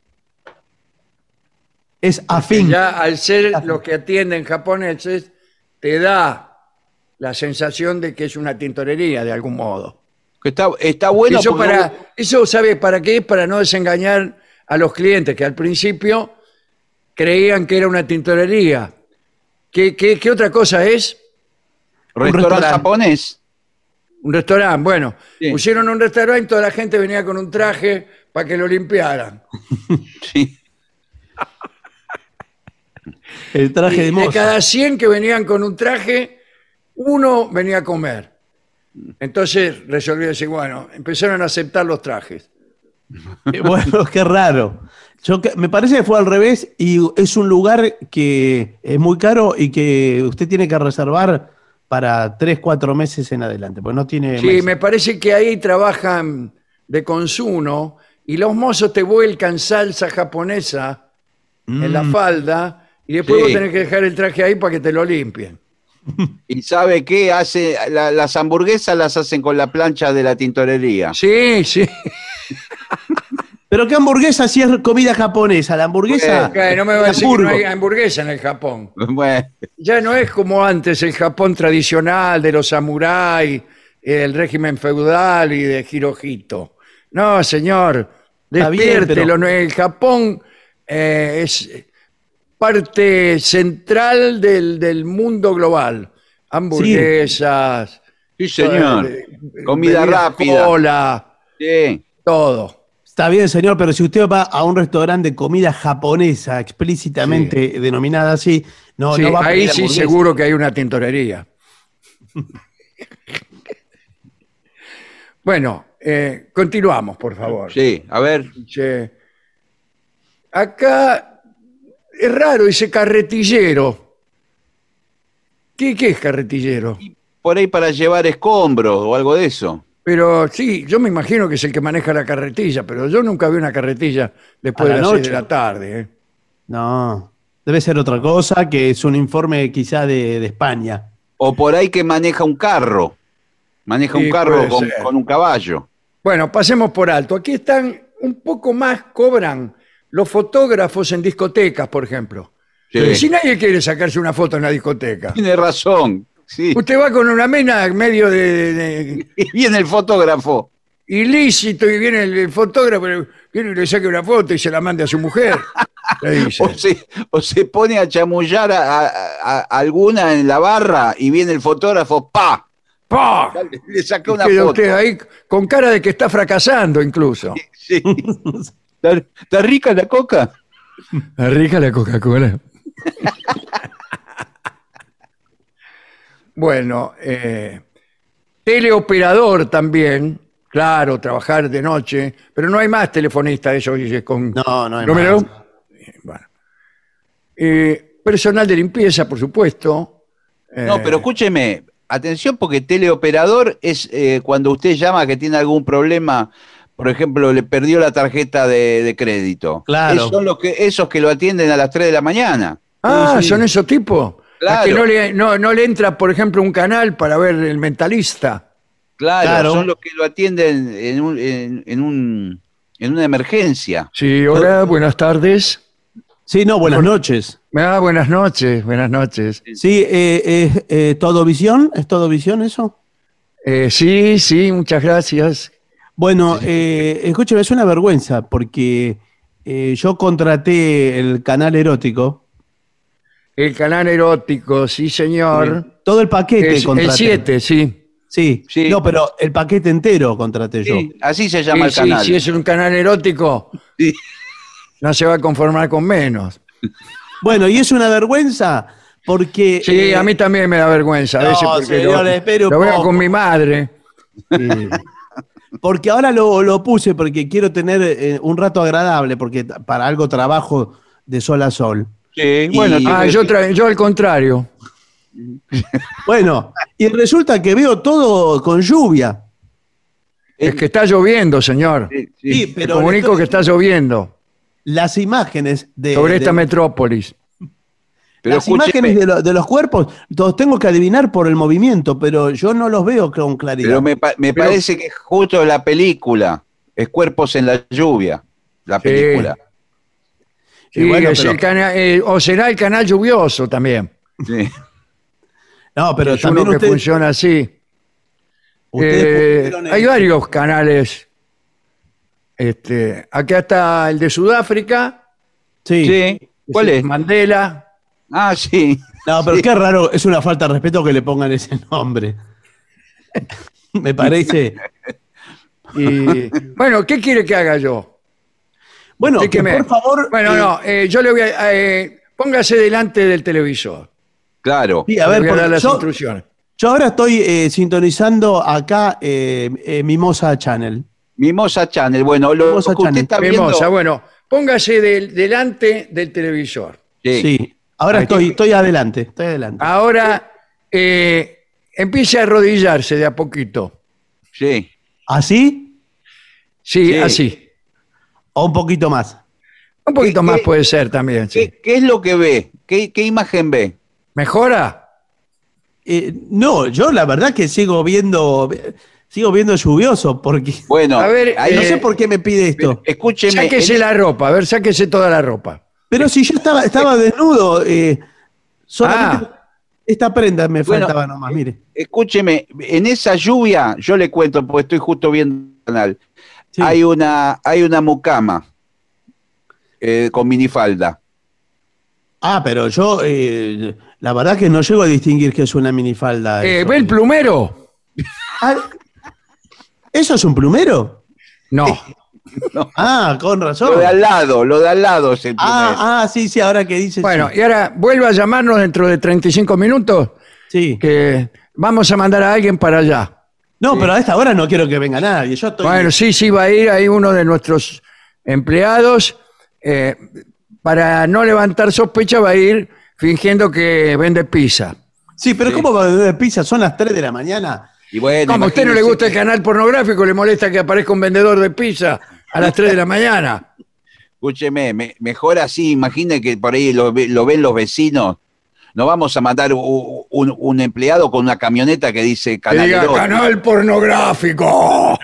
Es afín. Ya al ser los que atienden japoneses, te da la sensación de que es una tintorería de algún modo. Que está, está bueno eso, porque para, eso, ¿sabe para qué? Para no desengañar a los clientes que al principio creían que era una tintorería. ¿Qué, qué, qué otra cosa es? restaurante restaurante. japonés. Un restaurante. Bueno, Sí. pusieron un restaurante y toda la gente venía con un traje para que lo limpiaran. Sí. El traje Y de de moza. cada cien que venían con un traje, uno venía a comer. Entonces resolví decir, bueno, empezaron a aceptar los trajes. Eh, Bueno, qué raro. Yo, que- me parece que fue al revés y es un lugar que es muy caro y que usted tiene que reservar para tres, cuatro meses en adelante, pues no tiene Sí, meses. me parece que ahí trabajan de consumo y los mozos te vuelcan salsa japonesa en la falda y después Sí. vos tenés que dejar el traje ahí para que te lo limpien. ¿Y sabe qué? Hace, la- las hamburguesas las hacen con la plancha de la tintorería. Sí, sí. Pero qué hamburguesa si es comida japonesa, la hamburguesa. Ok, no me va a de decir que no Hamburgo. hay hamburguesa en el Japón. Bueno, Ya no es como antes el Japón tradicional de los samuráis, el régimen feudal y de Hirohito. No, señor, Está bien, despiértelo. pero- no, El Japón eh, es parte central del, del mundo global. Hamburguesas, sí, señor. eh, Comida bebidas rápida. cola, Sí. todo. Está bien, señor, pero si usted va a un restaurante de comida japonesa explícitamente denominada así, no, Sí, no va a ahí pedir sí hamburguesa. seguro que hay una tintorería. Bueno, eh, continuamos, por favor. Sí, a ver. Che, acá es raro, dice carretillero. ¿Qué, qué es carretillero? Por ahí para llevar escombros o algo de eso. Pero sí, yo me imagino que es el que maneja la carretilla, pero yo nunca vi una carretilla después A de la las seis noche. de la tarde. ¿eh? No, debe ser otra cosa, que es un informe quizá de, de España. O por ahí que maneja un carro. Maneja Sí, un carro puede con, ser. con un caballo. Bueno, pasemos por alto. Aquí están, un poco más cobran los fotógrafos en discotecas, por ejemplo. Sí. Si nadie quiere sacarse una foto en la discoteca, Tiene razón. Sí. usted va con una mena en medio de, de- de- Y viene el fotógrafo. ilícito y viene el, el fotógrafo, viene y le saca una foto y se la manda a su mujer. Le dice. O se, o se pone a chamullar a, a- a- a alguna en la barra y viene el fotógrafo, ¡pa! ¡Pah! Le saca Y una queda foto. usted ahí con cara de que está fracasando incluso. Sí. ¿Está, está rica la coca? Rica la Coca-Cola. Bueno, eh, teleoperador también, claro, trabajar de noche, pero no hay más telefonistas, eso dice con No, no hay número. más. Eh, Bueno. Eh, personal de limpieza, por supuesto. Eh, No, pero escúcheme, atención porque teleoperador es eh, cuando usted llama que tiene algún problema, por ejemplo, le perdió la tarjeta de, de crédito. Claro. Esos son los que, esos que lo atienden a las tres de la mañana. Ah, Sí, sí. son esos tipos. Claro. A que no le, no, no le entra, por ejemplo, un canal para ver El Mentalista. Claro, Claro. son los que lo atienden en, un, en, en un, en una emergencia. Sí, hola, buenas tardes. Sí, no, buenas noches. Ah, buenas noches, buenas noches. Sí, eh, eh, eh, ¿todo visión? ¿Es todo visión eso? Eh, sí, sí, muchas gracias. Bueno, eh, escúcheme, es una vergüenza porque eh, yo contraté el canal erótico. El canal erótico, sí, señor. Todo el paquete Es el contraté. siete, sí. Sí. Sí. No, pero el paquete entero contraté yo. Sí, así se Sí, llama el sí, canal. si es un canal erótico, Sí. no se va a conformar con menos. Bueno, y es una vergüenza porque... Sí, eh, a mí también me da vergüenza a no, veces porque señor, lo, espere un lo veo poco. con mi madre. eh, porque ahora lo, lo puse porque quiero tener eh, un rato agradable, porque t- para algo trabajo de sol a sol. Sí, Y- bueno, Ah, yo, tra- yo al contrario. Bueno, y resulta que veo todo con lluvia. Es que está lloviendo, señor. sí, Sí, sí. Te pero comunico estoy- que está lloviendo las imágenes de, sobre de- esta metrópolis. Pero las escúcheme, imágenes de, lo- de los cuerpos, los tengo que adivinar por el movimiento, pero yo no los veo con claridad. pero me, pa- me Pero- parece que justo la película es Cuerpos en la lluvia, la Sí. película. Sí, bueno, es pero- el cana- eh, o será el canal lluvioso también. Sí. No, pero es también uno que usted- funciona así. ustedes Eh, pusieron el- hay varios canales. Este, acá está el de Sudáfrica. Sí. Sí. ¿Cuál es? Mandela. Ah, sí. No, pero Sí. qué raro, es una falta de respeto que le pongan ese nombre. Me parece. Y, bueno, ¿qué quiere que haga yo? Bueno, que Explíqueme. por favor. Bueno, eh, no, eh, yo le voy a... eh, póngase delante del televisor. Claro. Sí, a Le ver, voy a porque dar las yo, instrucciones. yo ahora estoy eh, sintonizando acá eh, eh, Mimosa Channel. Mimosa Channel. Bueno, lo, Mimosa lo que usted Channel. está viendo. Mimosa, bueno, póngase del- delante del televisor. Sí. Sí. Ahora Ahí estoy, está. estoy adelante, estoy adelante. Ahora eh, empiece a arrodillarse de a poquito. Sí. ¿Así? Sí, Sí. así. ¿O un poquito más? Un poquito ¿Qué- más qué- puede ser también. Sí. ¿Qué, qué es lo que ve? ¿Qué, qué imagen ve? ¿Mejora? Eh, no, yo la verdad que sigo viendo, sigo viendo lluvioso, porque Bueno, A ver, ahí no eh, sé por qué me pide esto. escúcheme. Sáquese en- la ropa, a ver, sáquese toda la ropa. Pero si yo estaba, estaba desnudo, eh, solamente Ah. esta prenda me Bueno, faltaba nomás, mire. Escúcheme, en esa lluvia, yo le cuento, porque estoy justo viendo el canal, Sí. hay una, hay una mucama eh, con minifalda. Ah, pero yo, eh, la verdad que no llego a distinguir que es una minifalda. Eh, eso. ¿Ve el plumero? Ah, ¿eso es un plumero? No. Ah, con razón. Lo de al lado, lo de al lado es el primer. Ah, ah, sí, sí, ahora que dice. Bueno, sí. y ahora vuelva a llamarnos dentro de treinta y cinco minutos, Sí. que vamos a mandar a alguien para allá. No, pero a esta hora no quiero que venga nadie. Yo estoy. Bueno, sí, sí, va a ir ahí uno de nuestros empleados. eh, para no levantar sospecha, va a ir fingiendo que vende pizza. Sí, pero Sí. ¿cómo va a beber pizza? Son las tres de la mañana. Y bueno, Como a usted no le imagínese gusta el que- canal pornográfico, le molesta que aparezca un vendedor de pizza a las tres de la mañana. Escúcheme, me- mejor así, imagine que por ahí lo, ve- lo ven los vecinos. No vamos a mandar u- un, un empleado con una camioneta que dice Que canal diga, erótico. canal pornográfico.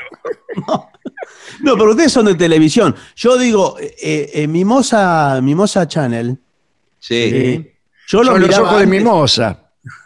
No, pero ustedes son de televisión. Yo digo, eh, eh, Mimosa, Mimosa Channel. Sí. eh, yo lo Son los miraba ojos de antes- mimosa.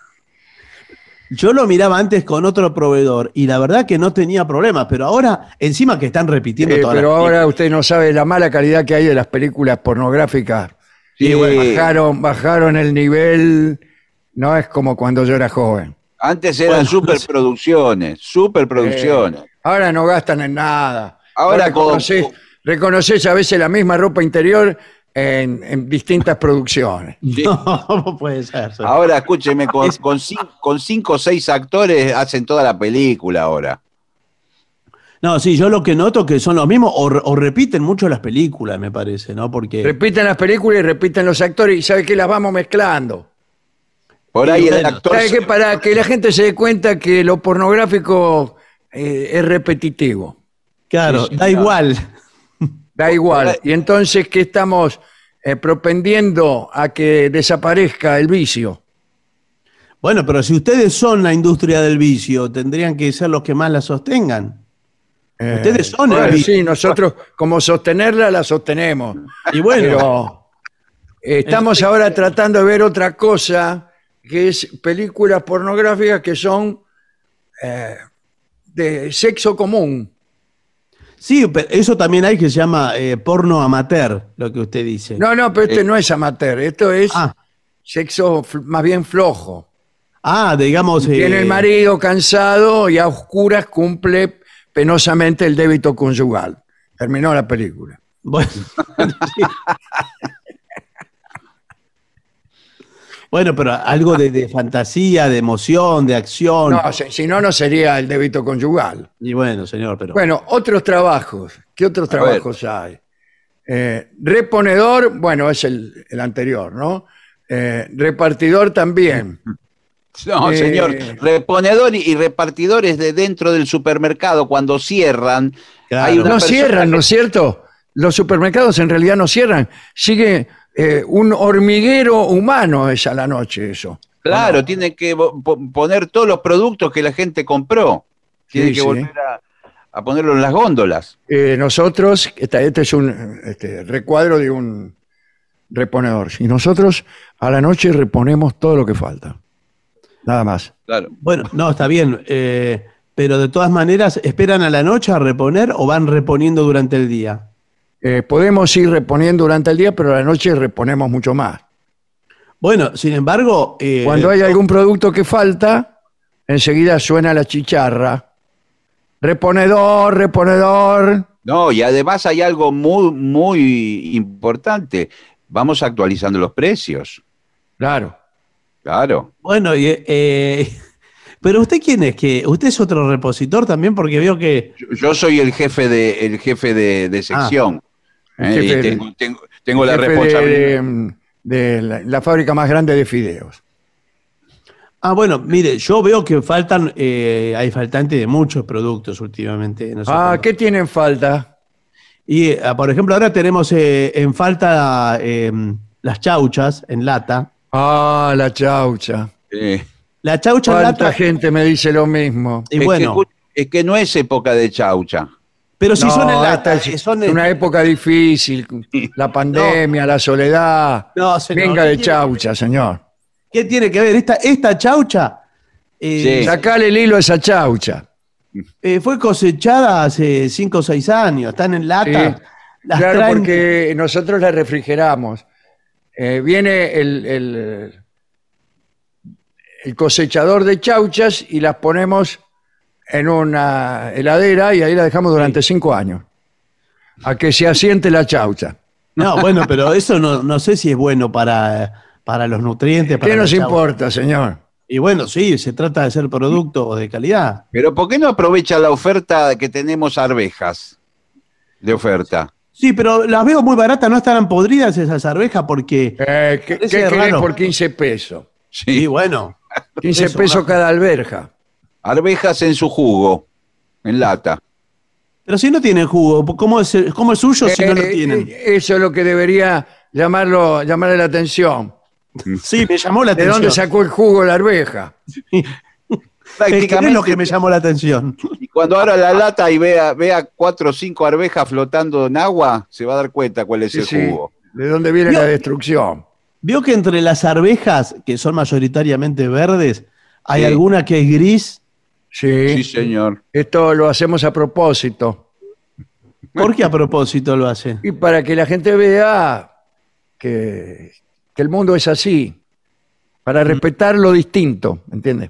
Yo lo miraba antes con otro proveedor y la verdad que no tenía problemas, pero ahora encima que están repitiendo Eh, todas pero las ahora usted no sabe la mala calidad que hay de las películas pornográficas. Sí, bueno, Bajaron, bajaron el nivel. No es como cuando yo era joven. antes eran Bueno, superproducciones, superproducciones. Eh, ahora no gastan en nada. Ahora con- reconoces, reconoces a veces la misma ropa interior en, en distintas producciones. Sí. No, puede ser. sí. Ahora escúcheme, con, con, cin- con cinco o seis actores hacen toda la película ahora. No, sí, yo lo que noto que son los mismos o, o repiten mucho las películas, me parece, ¿no? Porque Repiten las películas y repiten los actores y sabe que las vamos mezclando. Por Y ahí el bueno, actor. ¿Sabe qué? Para que la gente se dé cuenta que lo pornográfico eh, es repetitivo. claro, Sí, sí, da claro. igual. Da igual. Y entonces, ¿qué estamos eh, propendiendo a que desaparezca el vicio? Bueno, pero si ustedes son la industria del vicio, tendrían que ser los que más la sostengan. Eh, Ustedes son el bueno, vicio. sí, nosotros como sostenerla la sostenemos. Y bueno, Pero eh, estamos Entonces, ahora tratando de ver otra cosa, que es películas pornográficas que son eh, de sexo común. sí, pero eso también hay que se llama eh, porno amateur, lo que usted dice. No, no, pero este no es amateur, esto es Ah, sexo fl- más bien flojo. ah, digamos. Tiene eh, el marido cansado y a oscuras cumple penosamente el débito conyugal. Terminó la película. Bueno, sí. Bueno, pero algo de, de fantasía, de emoción, de acción. No, si, si no, no sería el débito conyugal. Y bueno, señor, pero. Bueno, otros trabajos. ¿Qué otros A ver. trabajos hay? Eh, reponedor, bueno, es el, el anterior, ¿no? Eh, repartidor también. No, Eh, señor. Reponedor y repartidores de dentro del supermercado, cuando cierran. Claro. hay una No persona cierran, que- ¿no es cierto? Los supermercados en realidad no cierran. Sigue eh, un hormiguero humano es a la noche eso. Claro, tiene que bo- po- poner todos los productos que la gente compró. Tiene Sí, que sí. volver a, a ponerlo en las góndolas. Eh, nosotros, esta- este es un este, recuadro de un reponedor. Y nosotros a la noche reponemos todo lo que falta. Nada más. Claro. Bueno, no, está bien. eh, pero de todas maneras, ¿esperan a la noche a reponer o van reponiendo durante el día? Eh, podemos ir reponiendo durante el día, pero a la noche reponemos mucho más. Bueno, sin embargo. eh, Cuando hay algún producto que falta, enseguida suena la chicharra. Reponedor, reponedor. No, y además hay algo muy, muy importante. vamos actualizando los precios. Claro. Claro. Bueno, y, eh, pero ¿usted quién es? ¿Que ¿Usted es otro repositor también? Porque veo que... Yo, yo soy el jefe de, el jefe de, de sección. El ¿eh? jefe Y de- tengo, tengo, tengo la Jefe responsabilidad. de, de la, la fábrica más grande de fideos. Ah, bueno, mire, yo veo que faltan, eh, hay faltante de muchos productos últimamente. No sé Ah, cuándo. ¿qué tienen falta? Y, eh, por ejemplo, ahora tenemos eh, en falta eh, las chauchas en lata. Ah, la chaucha. Eh, La chaucha en ¿Cuánta lata... gente me dice lo mismo? Y es, bueno, que, es que no es época de chaucha. pero si No, son en lata, esta eh, es son... una época difícil, la pandemia, la soledad. No, señor, Venga ¿qué de tiene chaucha, señor. ¿Qué tiene que ver? Esta, esta chaucha eh, Sí. Sacale el hilo a esa chaucha. eh, fue cosechada hace cinco o seis años, están en lata. Sí. Las Claro, traen- porque nosotros la refrigeramos. Eh, viene el, el- el cosechador de chauchas y las ponemos en una heladera y ahí la dejamos durante cinco años. A que se asiente la chaucha. No, bueno, pero eso no, no sé si es bueno para, para los nutrientes. Para ¿Qué la nos chaucha. importa, señor? Y bueno, sí, se trata de ser producto de calidad. Pero ¿por qué no aprovecha la oferta que tenemos arvejas de oferta? Sí, pero las veo muy baratas, no estarán podridas esas arvejas porque... Eh, ¿Qué, Parece qué querés raro. por quince pesos? Y bueno, quince Eso, pesos raro. cada alberja. Arvejas en su jugo, en lata. pero si no tienen jugo, ¿cómo es, cómo es suyo si no lo Eh, tienen? eh, Eso es lo que debería llamarlo, llamarle la atención. Sí, me llamó la ¿De atención. dónde sacó el jugo la arveja? Es que es lo que me llamó la atención. Y cuando abra la lata y vea, vea cuatro o cinco arvejas flotando en agua, se va a dar cuenta cuál es Sí, el sí. jugo. ¿De dónde viene Yo- la destrucción? Vio que entre las arvejas, que son mayoritariamente verdes, hay Sí. alguna que es gris. Sí. Sí, señor. Esto lo hacemos a propósito. ¿Por qué a propósito lo hace? Y para que la gente vea que, que el mundo es así. Para respetar lo distinto, ¿entiendes?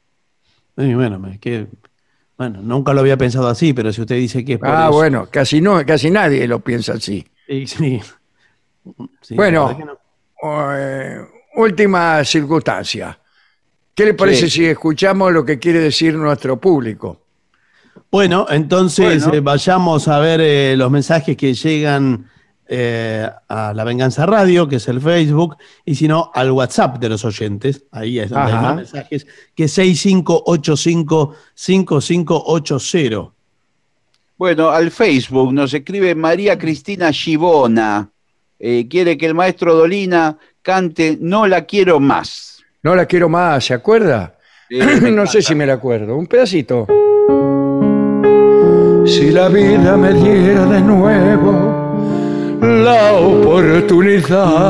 Y bueno, me- que, bueno, nunca lo había pensado así, pero si usted dice que es por Ah, eso. bueno, casi no, casi nadie lo piensa así. Sí, sí. Sí, Bueno. la verdad que no. Eh, última circunstancia. ¿Qué le parece Sí. si escuchamos lo que quiere decir nuestro público? Bueno, entonces Bueno. eh, vayamos a ver eh, los mensajes que llegan eh, a La Venganza Radio, que es el Facebook, y si no, al WhatsApp de los oyentes. Ahí es donde Ajá. hay más mensajes, que es seis cinco ocho cinco, cinco cinco ocho cero. Bueno, al Facebook nos escribe María Cristina Gibona. Eh, quiere que el maestro Dolina cante No la quiero más. No la quiero más, ¿se acuerda? Sí, me no sé encanta. si me la acuerdo. Un pedacito. Si la vida me diera de nuevo la oportunidad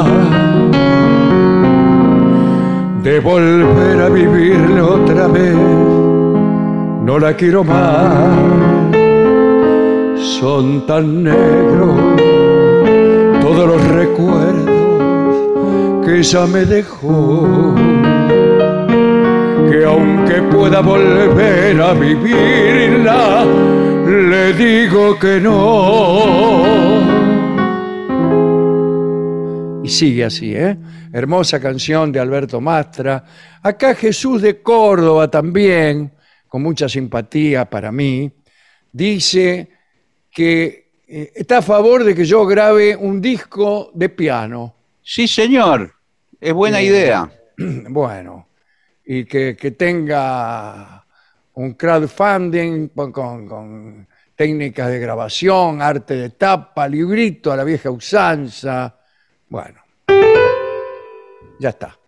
de volver a vivirlo otra vez, no la quiero más. Son tan negros todos los recuerdos que ella me dejó, que aunque pueda volver a vivirla, le digo que no. Y sigue así, ¿eh? Hermosa canción de Alberto Mastra. Acá Jesús de Córdoba también, con mucha simpatía para mí, dice que eh, está a favor de que yo grabe un disco de piano. Sí, señor. Es buena idea. Bueno, y que, que tenga un crowdfunding con, con- con técnicas de grabación, arte de tapa, librito a la vieja usanza. Bueno, ya está.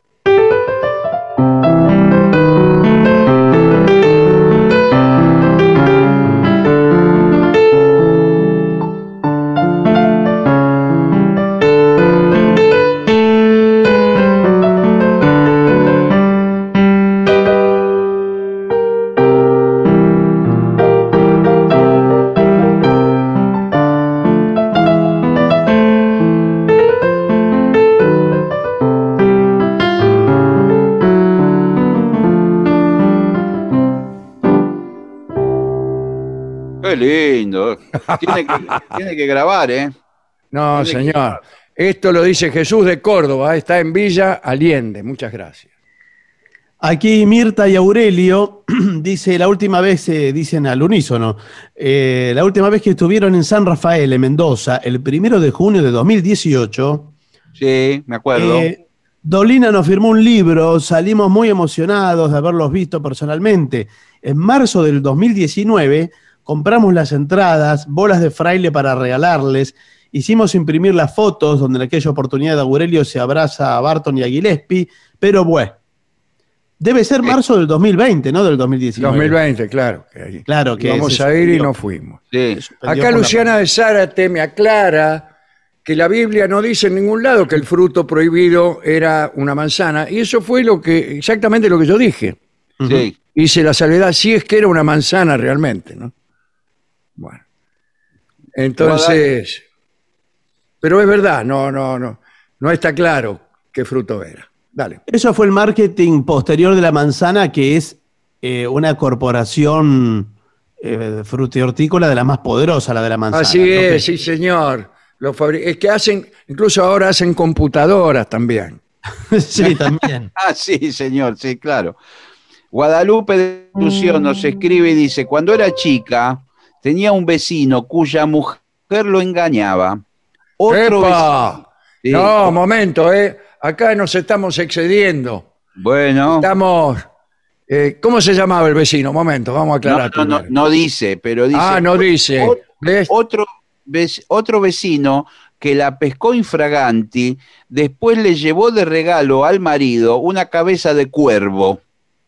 Qué lindo. Tiene que, tiene que grabar, ¿eh? No, Tiene que señor. grabar. Esto lo dice Jesús de Córdoba, está en Villa Allende. Muchas gracias. Aquí Mirta y Aurelio dice, la última vez, eh, dicen al unísono, eh, la última vez que estuvieron en San Rafael, en Mendoza, el primero de junio de dos mil dieciocho. Sí, me acuerdo. Eh, Dolina nos firmó un libro, salimos muy emocionados de haberlos visto personalmente. En marzo del dos mil diecinueve compramos las entradas, bolas de fraile para regalarles, hicimos imprimir las fotos donde en aquella oportunidad Aurelio se abraza a Barton y a Gillespie, pero bueno. Debe ser marzo del dos mil veinte, ¿no? Del dos mil diecinueve. dos mil veinte, claro. Que claro que vamos a ir y no fuimos. Sí. Acá Luciana de Zárate me aclara que la Biblia no dice en ningún lado que el fruto prohibido era una manzana. Y eso fue lo que exactamente lo que yo dije. Sí. Hice la salvedad, si es que era una manzana realmente, ¿no? Bueno. Entonces... Pero es verdad, no, no, no. No está claro qué fruto era. Dale. Eso fue el marketing posterior de la manzana, que es eh, una corporación eh, frutihortícola de la más poderosa, la de la manzana. Así ¿no? es, Que... sí señor. Los fabri- es que hacen, incluso ahora hacen computadoras también. Sí, también. Ah, sí, señor, sí, claro. Guadalupe de Lución nos escribe y dice, cuando era chica, tenía un vecino cuya mujer lo engañaba. Otro ¡Epa! vecino... Sí. No, momento, ¿eh? Acá nos estamos excediendo. Bueno. Estamos... eh, ¿Cómo se llamaba el vecino? Momento, vamos a aclarar. No, no, no, primero. no dice, pero dice... Ah, no dice. Otro, ¿Ves? otro, vec- otro vecino que la pescó infraganti, después le llevó de regalo al marido una cabeza de cuervo.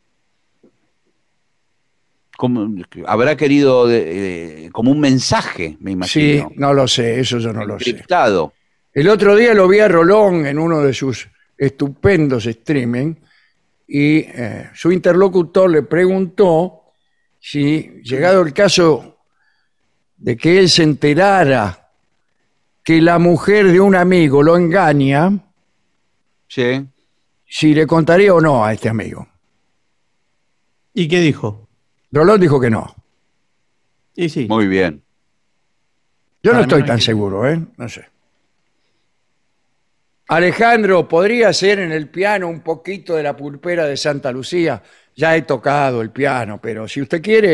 Como, habrá querido de- de- como un mensaje, me imagino. Sí, no lo sé, eso yo no lo sé. Encriptado. El otro día lo vi a Rolón en uno de sus estupendos streaming y eh, su interlocutor le preguntó si, llegado el caso de que él se enterara que la mujer de un amigo lo engaña, Sí. si le contaría o no a este amigo. ¿Y qué dijo? Rolón dijo que no. Y sí. Muy bien. Yo no Para mí estoy no hay tan que- seguro, ¿eh? No sé. Alejandro, ¿podría hacer en el piano un poquito de la pulpera de Santa Lucía? Ya he tocado el piano, pero si usted quiere...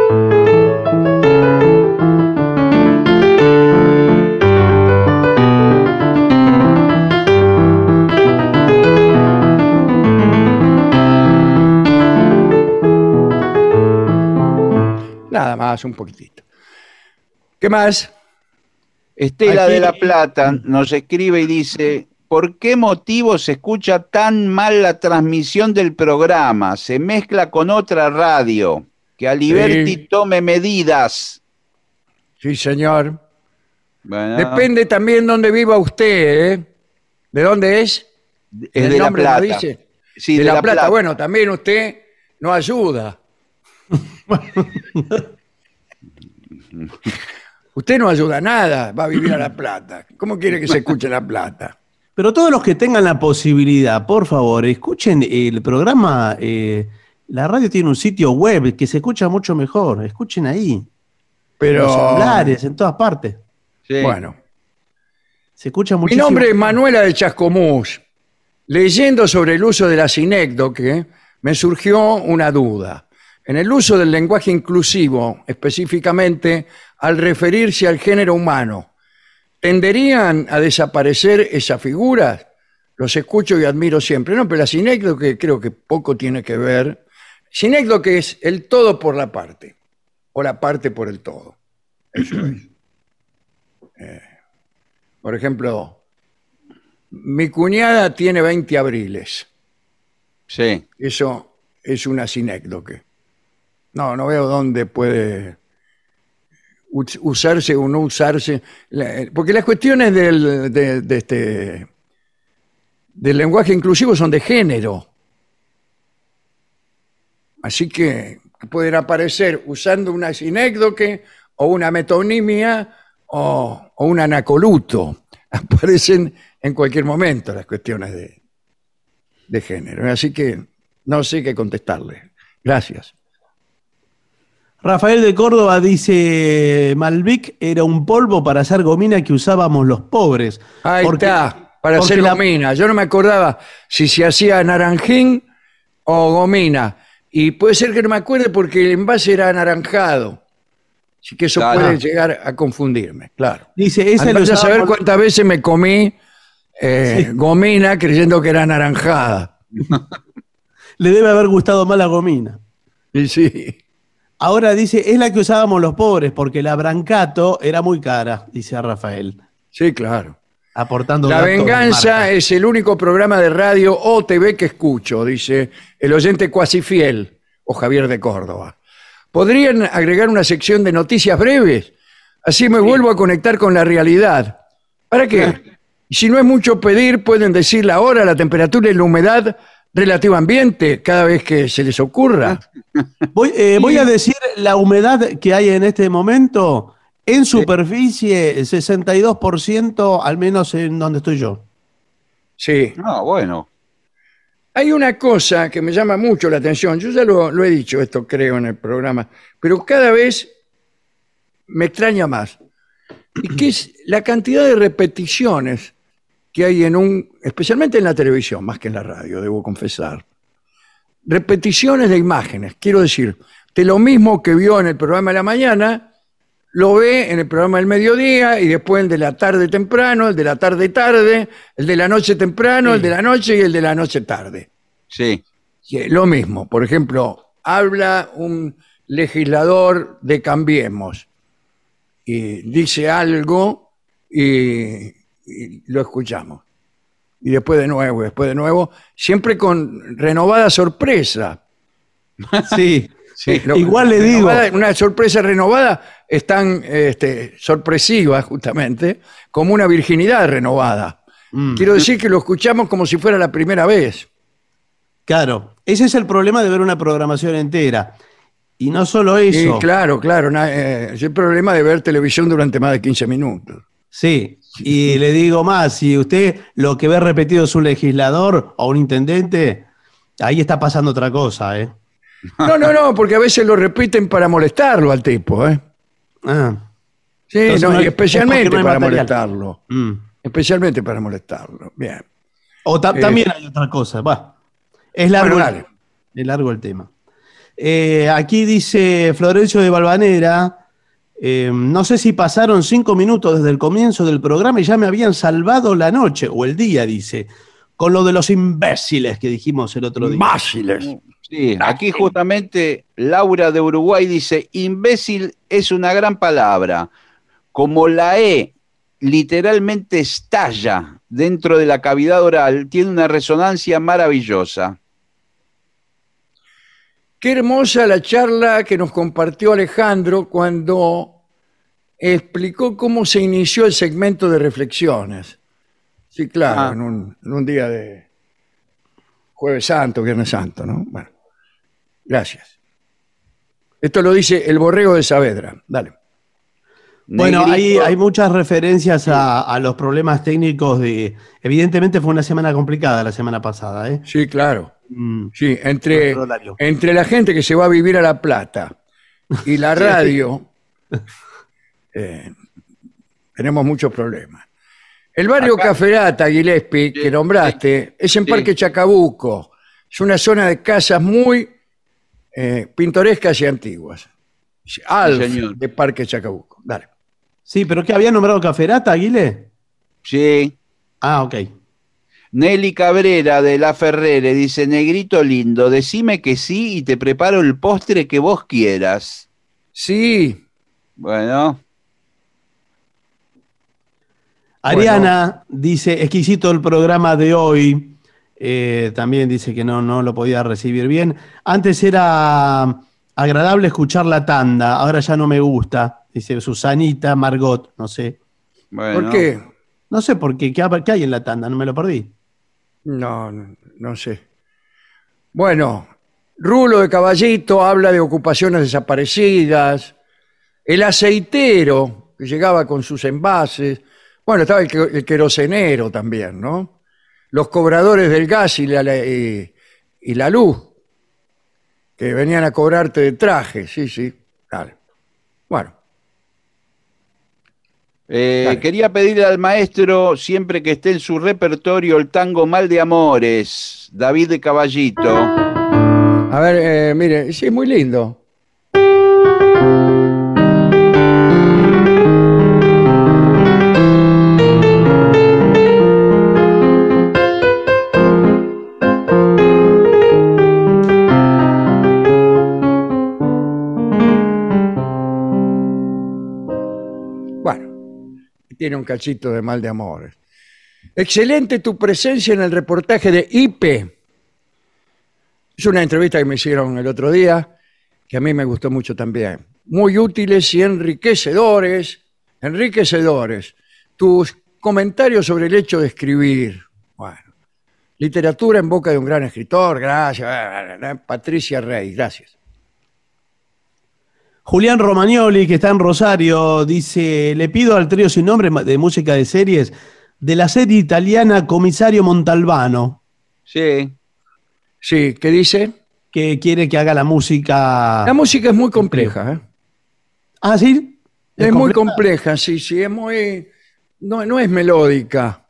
Nada más, un poquitito. ¿Qué más? Estela Aquí- de la Plata nos escribe y dice, ¿por qué motivo se escucha tan mal la transmisión del programa? Se mezcla con otra radio. Que Aliberti Sí. tome medidas. Sí, señor. Bueno, Depende también dónde viva usted, ¿eh? ¿De dónde es? es ¿El de La nombre no Plata. dice? Sí, de, la, Plata. Bueno, también usted no ayuda. Usted no ayuda a nada, va a vivir a La Plata. ¿Cómo quiere que se escuche La Plata? Pero todos los que tengan la posibilidad, por favor, escuchen el programa. eh, la radio tiene un sitio web que se escucha mucho mejor. Escuchen ahí. En Pero, los celulares, en todas partes. Sí. bueno. Se escucha Mi muchísimo. nombre es Manuela de Chascomús. Leyendo sobre el uso de la sinécdoque, me surgió una duda. En el uso del lenguaje inclusivo, específicamente al referirse al género humano, ¿tenderían a desaparecer esas figuras? Los escucho y admiro siempre. No, pero la sinécdoque creo que poco tiene que ver. Sinécdoque es el todo por la parte, o la parte por el todo. Eso es. Eh, por ejemplo, mi cuñada tiene veinte abriles. Sí. Eso es una sinécdoque. No, no veo dónde puede us- usarse o no usarse. La- Porque las cuestiones del, de, de este, del lenguaje inclusivo son de género. Así que pueden aparecer usando una sinécdoque o una metonimia o, o un anacoluto. Aparecen en cualquier momento las cuestiones de, de género. Así que no sé qué contestarle. Gracias. Rafael de Córdoba dice, Malbec era un polvo para hacer gomina que usábamos los pobres. Ahí Porque- está, para porque hacer la- gomina. Yo no me acordaba si se hacía naranjín o gomina. Y puede ser que no me acuerde porque el envase era anaranjado. Así que eso Claro. puede llegar a confundirme, claro. Dice, esa lo Andá a saber usábamos- cuántas veces me comí eh, gomina creyendo que era anaranjada. le debe haber gustado más la gomina. Y sí. Ahora dice, es la que usábamos los pobres, porque la Brancato era muy cara, dice Rafael, Sí, claro. aportando La datos de Venganza marca. es el único programa de radio o T V que escucho, dice el oyente cuasi fiel o Javier de Córdoba. ¿Podrían agregar una sección de noticias breves? Así me vuelvo a conectar con la realidad. ¿Para qué? Y si no es mucho pedir, pueden decir la hora, la temperatura y la humedad relativo ambiente cada vez que se les ocurra. Voy, eh, voy a decir la humedad que hay en este momento. En superficie, sesenta y dos por ciento, al menos en donde estoy yo. Sí. Ah, bueno. Hay una cosa que me llama mucho la atención, yo ya lo, lo he dicho esto creo en el programa, pero cada vez me extraña más, y que es la cantidad de repeticiones que hay en un, especialmente en la televisión, más que en la radio, debo confesar. Repeticiones de imágenes, quiero decir, de lo mismo que vio en el programa de la mañana, lo ve en el programa del mediodía y después el de la tarde temprano, el de la tarde tarde, el de la noche temprano, el de la noche y el de la noche tarde. Sí. Sí, lo mismo, por ejemplo, habla un legislador de Cambiemos y dice algo y, y lo escuchamos. Y después de nuevo, después de nuevo, siempre con renovada sorpresa. Sí, Sí. Lo- igual le digo. renovada- Una sorpresa renovada es tan este, sorpresiva, justamente, como una virginidad renovada. Mm. Quiero decir que lo escuchamos como si fuera la primera vez. Claro, ese es el problema de ver una programación entera. Y no solo Y eso. claro, claro, na- eh, es el problema de ver televisión durante más de quince minutos. Sí, y le digo más, si usted lo que ve repetido es un legislador o un intendente, ahí está pasando otra cosa, ¿eh? No, no, no, porque a veces lo repiten para molestarlo al tipo, ¿eh? Ah, Sí, Entonces no, no hay- y especialmente es porque no hay para material. molestarlo. mm. Especialmente para molestarlo. Bien. O ta- Eh, también hay otra cosa, va. Es largo, Bueno, el- dale. es largo el tema. Eh, aquí dice Florencio de Valvanera, eh, no sé si pasaron cinco minutos desde el comienzo del programa y ya me habían salvado la noche, o el día, dice, con lo de los imbéciles que dijimos el otro día. Imbáciles. Sí, aquí justamente Laura de Uruguay dice, imbécil es una gran palabra. Como la E literalmente estalla dentro de la cavidad oral, tiene una resonancia maravillosa. Qué hermosa la charla que nos compartió Alejandro cuando explicó cómo se inició el segmento de reflexiones. Sí, claro, Ah. en, un, en un día de Jueves Santo, Viernes Santo, ¿no? Bueno, gracias. Esto lo dice el Borrego de Saavedra. Dale. Bueno, hay, Negrito. hay muchas referencias a, a los problemas técnicos de... Evidentemente fue una semana complicada la semana pasada, ¿eh? Sí, claro. Mm, Sí, entre, Nuestro horario. entre la gente que se va a vivir a La Plata y la radio, eh, tenemos muchos problemas. El barrio Acá- Caferata, Gillespie, que Sí, nombraste, es en sí. Parque Chacabuco. Es una zona de casas muy eh, pintorescas y antiguas. Alf, señor. de Parque Chacabuco. Dale. Sí, pero ¿qué había nombrado Caferata, Aguile? Sí. Ah, ok. Nelly Cabrera de La Ferrere dice, negrito lindo, decime que sí y te preparo el postre que vos quieras. Sí, Bueno, Ariana dice, exquisito el programa de hoy. Eh, también dice que no, no lo podía recibir bien. Antes era agradable escuchar la tanda, ahora ya no me gusta. Dice Susanita, Margot, no sé. bueno. ¿por qué? No sé por qué, ¿qué, ha- qué hay en la tanda? No me lo perdí. No, no, no sé. Bueno, Rulo de Caballito habla de ocupaciones desaparecidas. El aceitero, que llegaba con sus envases. Bueno, estaba el, que- el querosenero también, ¿no? Los cobradores del gas y la, y, y la luz, que venían a cobrarte de traje, sí, sí. Dale. Bueno. Eh, quería pedirle al maestro, siempre que esté en su repertorio, el tango Mal de Amores, David de Caballito. A ver, eh, mire, sí, es muy lindo. Tiene un cachito de Mal de Amores. Excelente tu presencia en el reportaje de I P. Es una entrevista que me hicieron el otro día, que a mí me gustó mucho también. Muy útiles y enriquecedores, enriquecedores. Tus comentarios sobre el hecho de escribir. Bueno, literatura en boca de un gran escritor, gracias. Patricia Rey, gracias. Julián Romagnoli, que está en Rosario, dice: le pido al trío sin nombre de música de series de la serie italiana Comisario Montalbano. Sí. Sí, ¿qué dice? Que quiere que haga la música. La música es muy compleja, ¿eh? Ah, ¿sí? Es, es muy compleja, sí, sí, es muy... No, no es melódica.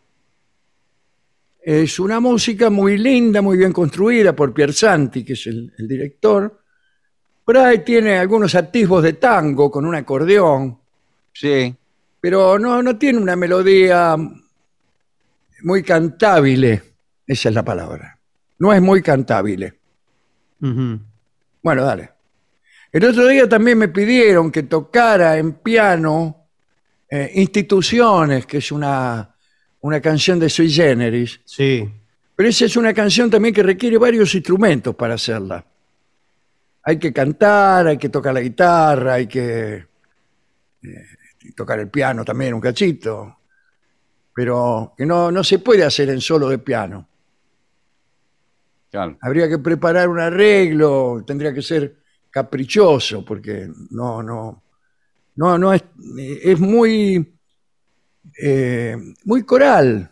Es una música muy linda, muy bien construida por Piersanti, que es el, el director. Pero ahí tiene algunos atisbos de tango con un acordeón. Sí. Pero no, no tiene una melodía muy cantable. Esa es la palabra. No es muy cantable. Uh-huh. Bueno, dale. El otro día también me pidieron que tocara en piano eh, Instituciones, que es una, una canción de Sui Generis. Sí. Pero esa es una canción también que requiere varios instrumentos para hacerla. Hay que cantar, hay que tocar la guitarra, hay que eh, tocar el piano también un cachito, pero que no, no se puede hacer en solo de piano. Claro. Habría que preparar un arreglo, tendría que ser caprichoso, porque no, no, no, no es, es muy, eh, muy coral.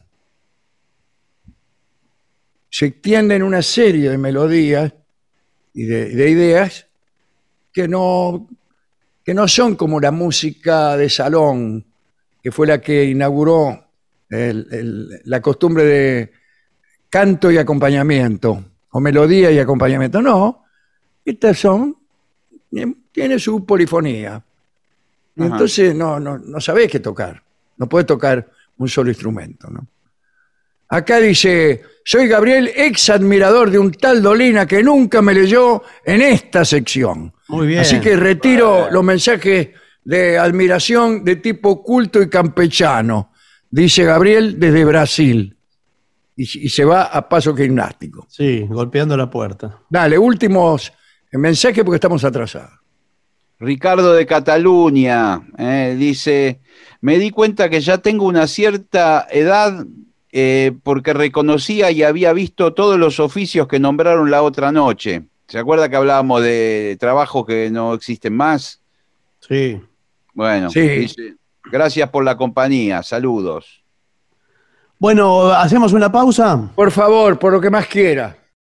Se extienden una serie de melodías y de, de ideas que no, que no son como la música de salón, que fue la que inauguró el, el, la costumbre de canto y acompañamiento, o melodía y acompañamiento. No, estas son, tiene su polifonía. Y entonces no, no, no sabés qué tocar, no podés tocar un solo instrumento, ¿no? Acá dice: soy Gabriel, ex admirador de un tal Dolina que nunca me leyó en esta sección. Muy bien. Así que retiro vale. los mensajes de admiración de tipo culto y campechano, dice Gabriel desde Brasil. Y, y se va a paso gimnástico. Sí, golpeando la puerta. Dale, últimos mensajes porque estamos atrasados. Ricardo de Cataluña eh, dice: me di cuenta que ya tengo una cierta edad eh, porque reconocía y había visto todos los oficios que nombraron la otra noche. ¿Se acuerda que hablábamos de trabajos que no existen más? Sí. Bueno, sí. Dice: gracias por la compañía, saludos. Bueno, ¿hacemos una pausa? Por favor, por lo que más quiera.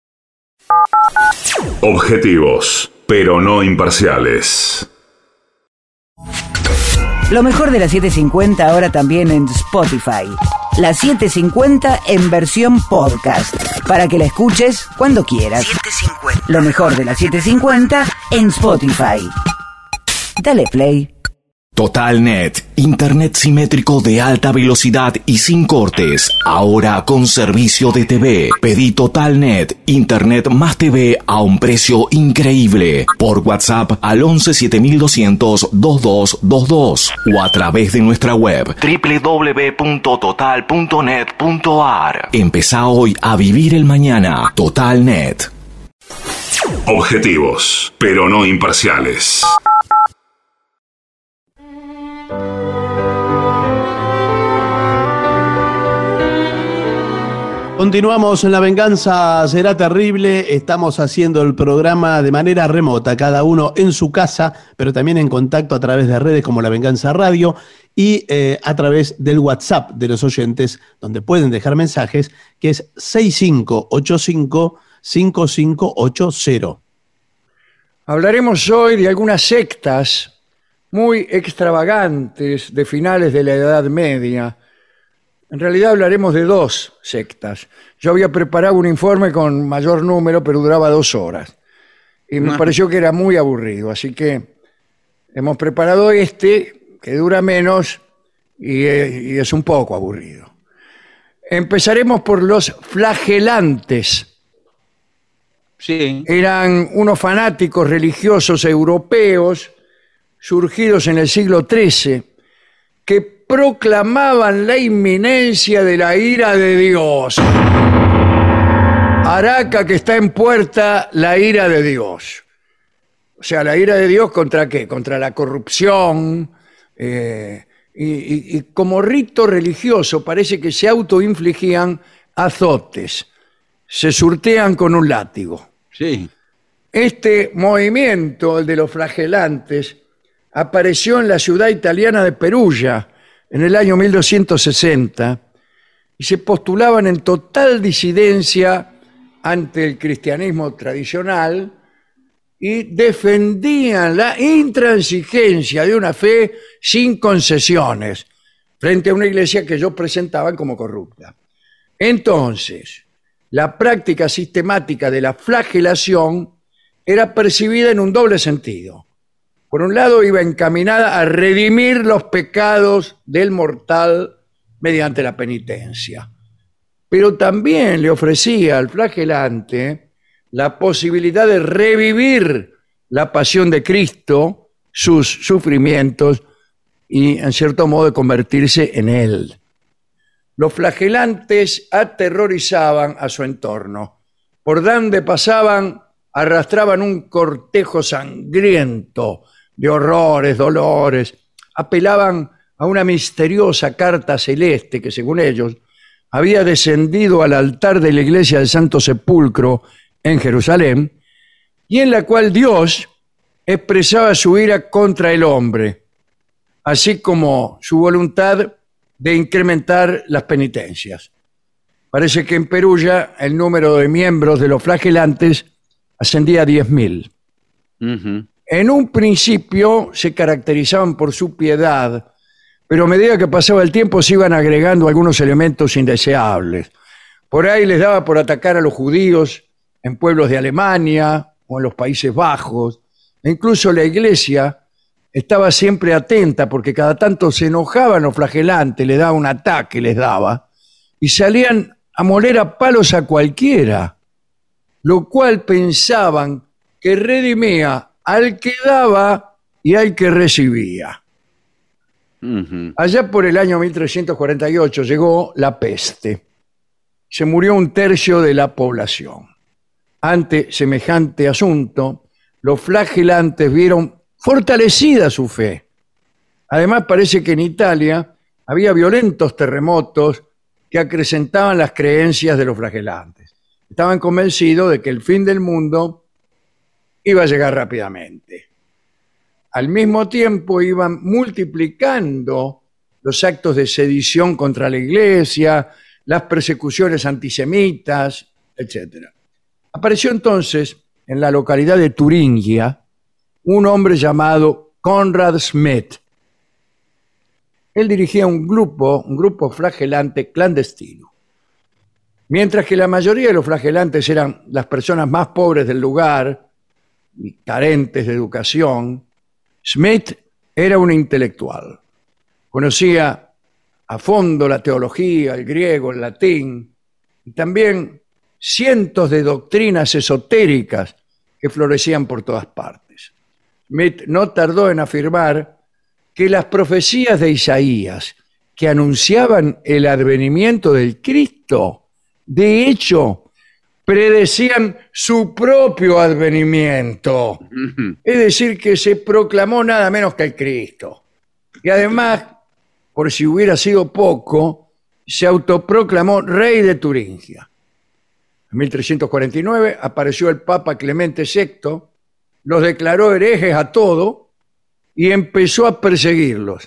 Objetivos, pero no imparciales. Lo mejor de la setecientos cincuenta ahora también en Spotify. La setecientos cincuenta en versión podcast, para que la escuches cuando quieras. setecientos cincuenta. Lo mejor de la setecientos cincuenta en Spotify. Dale play. TotalNet, internet simétrico de alta velocidad y sin cortes, ahora con servicio de T V. Pedí TotalNet, internet más T V a un precio increíble. Por WhatsApp al once siete mil doscientos veintidós veintidós o a través de nuestra web doble u doble u doble u punto total punto net punto a r. Empezá hoy a vivir el mañana. TotalNet. Objetivos, pero no imparciales. Continuamos en La Venganza Será Terrible. Estamos haciendo el programa de manera remota, cada uno en su casa, pero también en contacto a través de redes como La Venganza Radio y eh, a través del WhatsApp de los oyentes, donde pueden dejar mensajes, que es seis cinco ocho cinco cinco cinco ocho cero. Hablaremos hoy de algunas sectas muy extravagantes de finales de la Edad Media. En realidad hablaremos de dos sectas. Yo había preparado un informe con mayor número, pero duraba dos horas. Y me pareció que era muy aburrido, así que hemos preparado este, que dura menos y es, y es un poco aburrido. Empezaremos por los flagelantes. Sí. Eran unos fanáticos religiosos europeos surgidos en el siglo trece que proclamaban la inminencia de la ira de Dios. Araca, que está en puerta la ira de Dios. O sea, la ira de Dios ¿contra qué? Contra la corrupción. Eh, y, y, y como rito religioso parece que se autoinfligían azotes. Se surtean con un látigo. Sí. Este movimiento, el de los flagelantes, apareció en la ciudad italiana de Perugia en el año mil doscientos sesenta y se postulaban en total disidencia ante el cristianismo tradicional y defendían la intransigencia de una fe sin concesiones frente a una iglesia que ellos presentaban como corrupta. Entonces, la práctica sistemática de la flagelación era percibida en un doble sentido. Por un lado, iba encaminada a redimir los pecados del mortal mediante la penitencia. Pero también le ofrecía al flagelante la posibilidad de revivir la pasión de Cristo, sus sufrimientos y, en cierto modo, de convertirse en Él. Los flagelantes aterrorizaban a su entorno. Por donde pasaban, arrastraban un cortejo sangriento de horrores, dolores. Apelaban a una misteriosa carta celeste que, según ellos, había descendido al altar de la iglesia del Santo Sepulcro en Jerusalén, y en la cual Dios expresaba su ira contra el hombre, así como su voluntad de incrementar las penitencias. Parece que en Perugia el número de miembros de los flagelantes ascendía a diez mil. Uh-huh. En un principio se caracterizaban por su piedad, pero a medida que pasaba el tiempo se iban agregando algunos elementos indeseables. Por ahí les daba por atacar a los judíos en pueblos de Alemania o en los Países Bajos. E incluso la iglesia estaba siempre atenta porque cada tanto se enojaban los flagelantes, les daba un ataque, les daba, y salían a moler a palos a cualquiera, lo cual pensaban que redimía al que daba y al que recibía. Uh-huh. Allá por el año mil trescientos cuarenta y ocho llegó la peste. Se murió un tercio de la población. Ante semejante asunto, los flagelantes vieron fortalecida su fe. Además, parece que en Italia había violentos terremotos que acrecentaban las creencias de los flagelantes. Estaban convencidos de que el fin del mundo iba a llegar rápidamente. Al mismo tiempo iban multiplicando los actos de sedición contra la iglesia, las persecuciones antisemitas, etcétera. Apareció entonces en la localidad de Turingia un hombre llamado Conrad Smith. Él dirigía un grupo, un grupo flagelante clandestino. Mientras que la mayoría de los flagelantes eran las personas más pobres del lugar y carentes de educación, Smith era un intelectual. Conocía a fondo la teología, el griego, el latín, y también cientos de doctrinas esotéricas que florecían por todas partes. Smith no tardó en afirmar que las profecías de Isaías que anunciaban el advenimiento del Cristo, de hecho, predecían su propio advenimiento. Uh-huh. Es decir, que se proclamó nada menos que el Cristo. Y además, por si hubiera sido poco, se autoproclamó rey de Turingia. En mil trescientos cuarenta y nueve apareció el Papa Clemente sexto, los declaró herejes a todo y empezó a perseguirlos.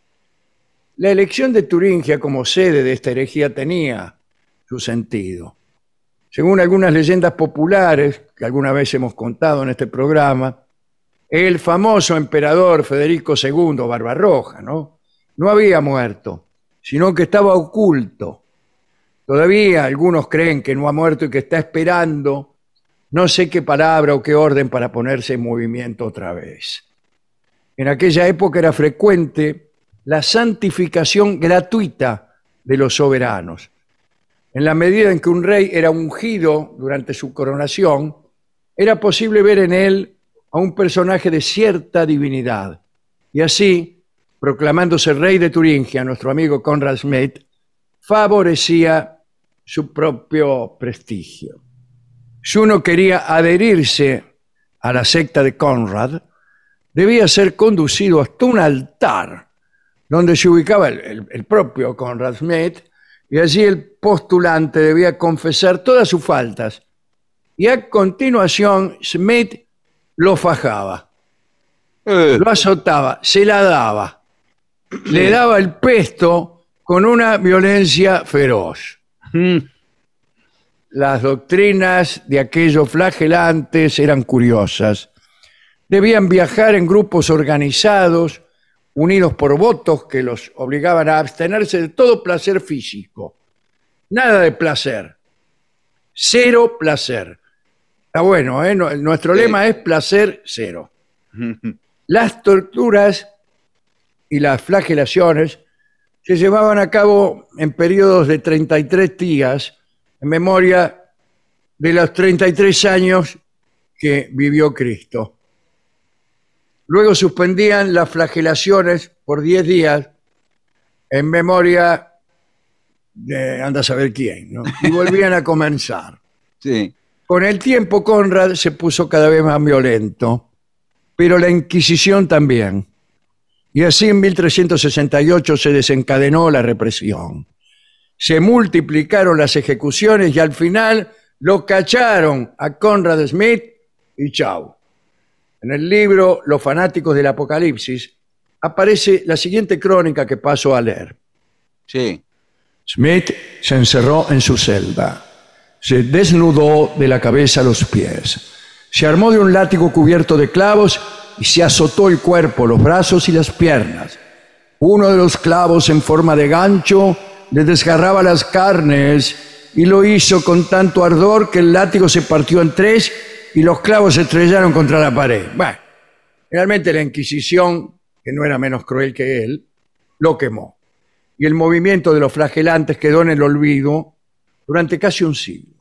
La elección de Turingia como sede de esta herejía tenía su sentido. Según algunas leyendas populares que alguna vez hemos contado en este programa, el famoso emperador Federico segundo Barbarroja, ¿no? No había muerto, sino que estaba oculto. Todavía algunos creen que no ha muerto y que está esperando no sé qué palabra o qué orden para ponerse en movimiento otra vez. En aquella época era frecuente la santificación gratuita de los soberanos. En la medida en que un rey era ungido durante su coronación, era posible ver en él a un personaje de cierta divinidad. Y así, proclamándose rey de Turingia, nuestro amigo Conrad Smith favorecía su propio prestigio. Si uno quería adherirse a la secta de Conrad, debía ser conducido hasta un altar donde se ubicaba el, el, el propio Conrad Smith, y allí el postulante debía confesar todas sus faltas. Y a continuación Smith lo fajaba, eh. lo azotaba, se la daba, sí. le daba el pesto con una violencia feroz. Mm. Las doctrinas de aquellos flagelantes eran curiosas. Debían viajar en grupos organizados, unidos por votos que los obligaban a abstenerse de todo placer físico. Nada de placer. Cero placer. Está bueno, ¿eh? Nuestro sí. lema es placer cero. Las torturas y las flagelaciones se llevaban a cabo en periodos de treinta y tres días, en memoria de los treinta y tres años que vivió Cristo. Luego suspendían las flagelaciones por diez días en memoria de anda a saber quién, ¿no? Y volvían a comenzar. Sí. Con el tiempo Conrad se puso cada vez más violento, pero la Inquisición también. Y así en mil trescientos sesenta y ocho se desencadenó la represión. Se multiplicaron las ejecuciones y al final lo cacharon a Conrad Smith y chau. En el libro Los fanáticos del Apocalipsis aparece la siguiente crónica que paso a leer. Sí. Smith se encerró en su celda. Se desnudó de la cabeza a los pies. Se armó de un látigo cubierto de clavos y se azotó el cuerpo, los brazos y las piernas. Uno de los clavos en forma de gancho le desgarraba las carnes y lo hizo con tanto ardor que el látigo se partió en tres y los clavos se estrellaron contra la pared. Bueno, realmente la Inquisición, que no era menos cruel que él, lo quemó. Y el movimiento de los flagelantes quedó en el olvido durante casi un siglo.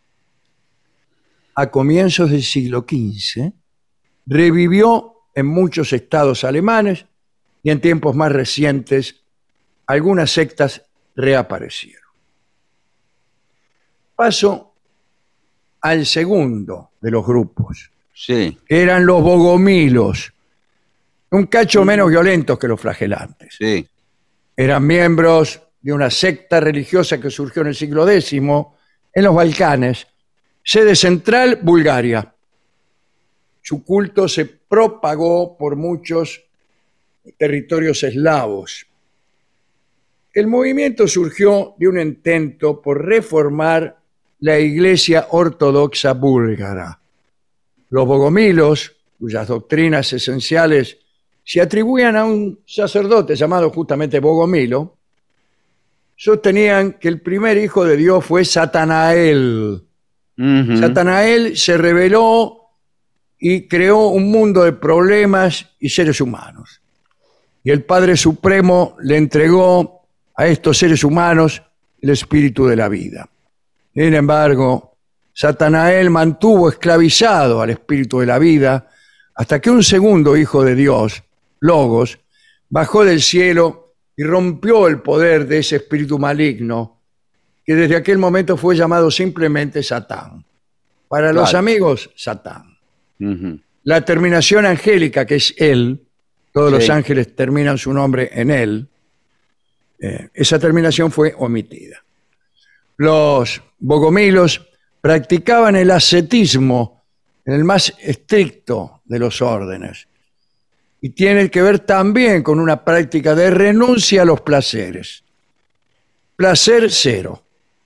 A comienzos del siglo quince, revivió en muchos estados alemanes y en tiempos más recientes algunas sectas reaparecieron. Paso al segundo de los grupos, sí. que eran los bogomilos, un cacho menos violentos que los flagelantes. Sí. Eran miembros de una secta religiosa que surgió en el siglo décimo en los Balcanes, sede central Bulgaria. Su culto se propagó por muchos territorios eslavos. El movimiento surgió de un intento por reformar la Iglesia Ortodoxa búlgara. Los bogomilos, cuyas doctrinas esenciales se atribuían a un sacerdote llamado justamente Bogomilo, sostenían que el primer hijo de Dios fue Satanael. Uh-huh. Satanael se rebeló y creó un mundo de problemas y seres humanos. Y el Padre Supremo le entregó a estos seres humanos el espíritu de la vida. Sin embargo, Satanael mantuvo esclavizado al espíritu de la vida hasta que un segundo hijo de Dios, Logos, bajó del cielo y rompió el poder de ese espíritu maligno que desde aquel momento fue llamado simplemente Satán. Para claro. los amigos, Satán. Uh-huh. La terminación angélica, que es él, todos sí. los ángeles terminan su nombre en él, eh, esa terminación fue omitida. Los bogomilos practicaban el ascetismo en el más estricto de los órdenes y tiene que ver también con una práctica de renuncia a los placeres. Placer cero.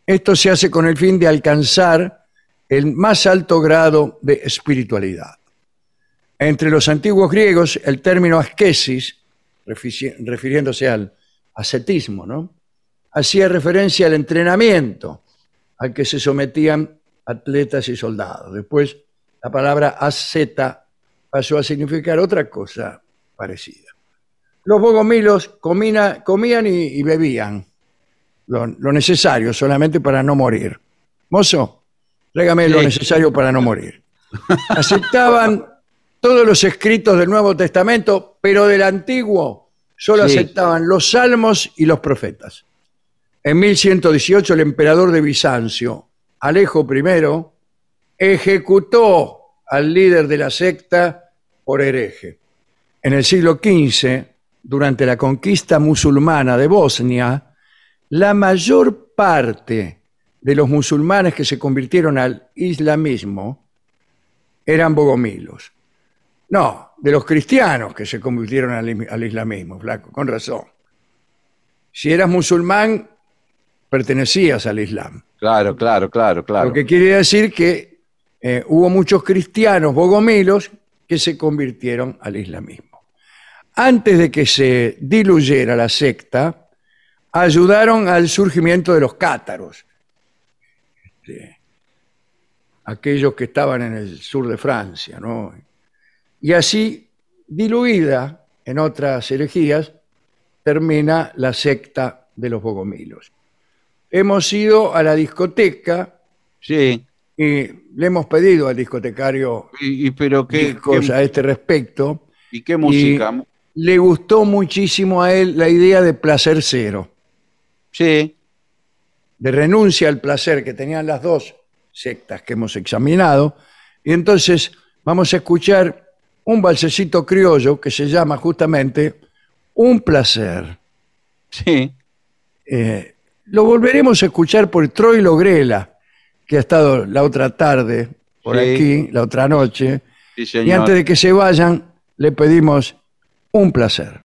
Esto se hace con el fin de alcanzar el más alto grado de espiritualidad. Entre los antiguos griegos, el término ascesis, refiriéndose al ascetismo, ¿no?, hacía referencia al entrenamiento al que se sometían atletas y soldados. Después, la palabra asceta pasó a significar otra cosa parecida. Los bogomilos comina, comían y, y bebían lo, lo necesario solamente para no morir. Mozo, tráigame sí. lo necesario para no morir. Aceptaban todos los escritos del Nuevo Testamento, pero del Antiguo solo sí. aceptaban los salmos y los profetas. En mil ciento dieciocho, el emperador de Bizancio, Alejo primero, ejecutó al líder de la secta por hereje. En el siglo quince, durante la conquista musulmana de Bosnia, la mayor parte de los musulmanes que se convirtieron al islamismo eran bogomilos. No, de los cristianos que se convirtieron al, al islamismo, flaco, con razón. Si eras musulmán, pertenecías al Islam. Claro, claro, claro, claro. Lo que quiere decir que eh, hubo muchos cristianos bogomilos que se convirtieron al islamismo. Antes de que se diluyera la secta, ayudaron al surgimiento de los cátaros, este, aquellos que estaban en el sur de Francia, ¿no? Y así, diluida en otras herejías, termina la secta de los bogomilos. Hemos ido a la discoteca sí. y le hemos pedido al discotecario y, y pero qué, discos qué, a este respecto. ¿Y qué música? Y le gustó muchísimo a él la idea de placer cero. Sí. De renuncia al placer que tenían las dos sectas que hemos examinado. Y entonces vamos a escuchar un valsecito criollo que se llama justamente Un placer. Sí. Eh, lo volveremos a escuchar por Troilo Grela, que ha estado la otra tarde por sí. aquí, la otra noche. Sí, señor. Y antes de que se vayan, le pedimos Un placer.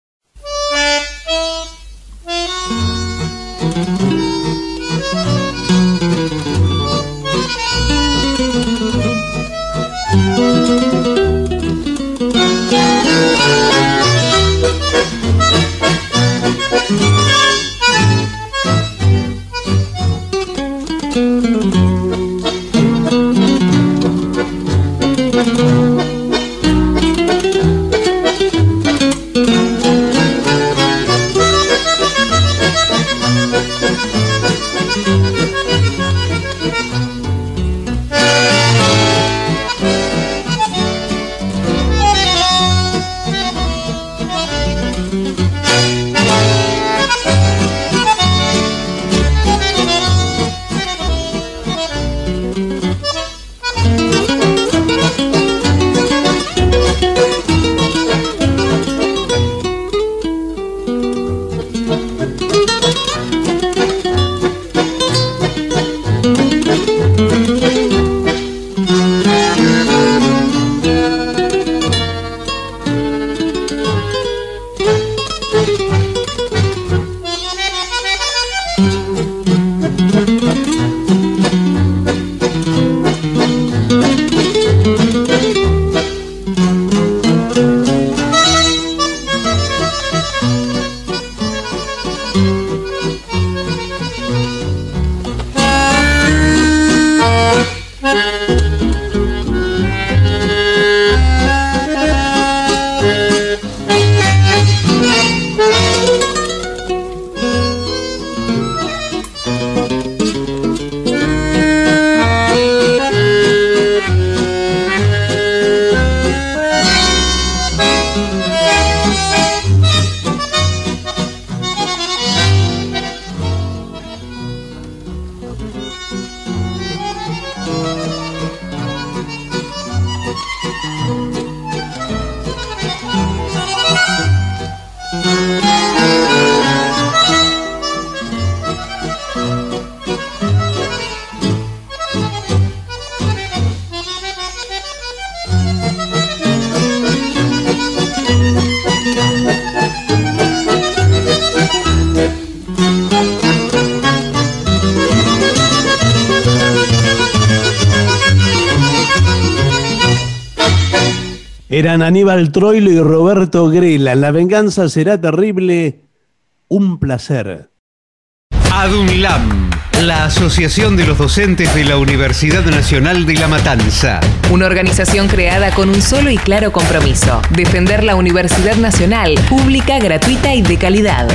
Eran Aníbal Troilo y Roberto Grela. La venganza será terrible. Un placer. ADUNLAM, la Asociación de los Docentes de la Universidad Nacional de La Matanza. Una organización creada con un solo y claro compromiso: defender la Universidad Nacional, pública, gratuita y de calidad.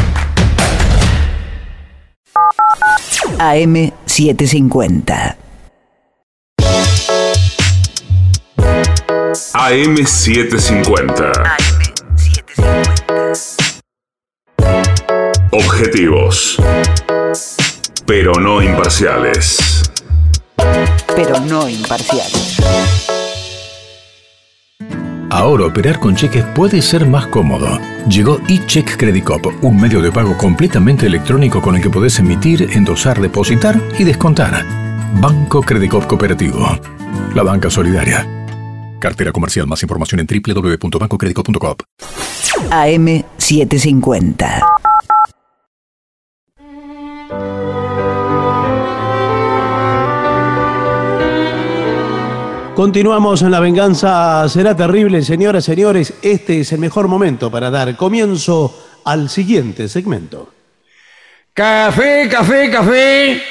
A M setecientos cincuenta. A M setecientos cincuenta. A M setecientos cincuenta. Objetivos, pero no imparciales. Pero no imparciales. Ahora operar con cheques puede ser más cómodo. Llegó eCheck Credit Cop, un medio de pago completamente electrónico con el que podés emitir, endosar, depositar y descontar. Banco Credit Cop Cooperativo. La banca solidaria. Cartera comercial. Más información en doble u doble u doble u punto banco credit cop punto com. A M setecientos cincuenta. Continuamos en La Venganza Será Terrible. Señoras, señores, este es el mejor momento para dar comienzo al siguiente segmento. Café, café, café.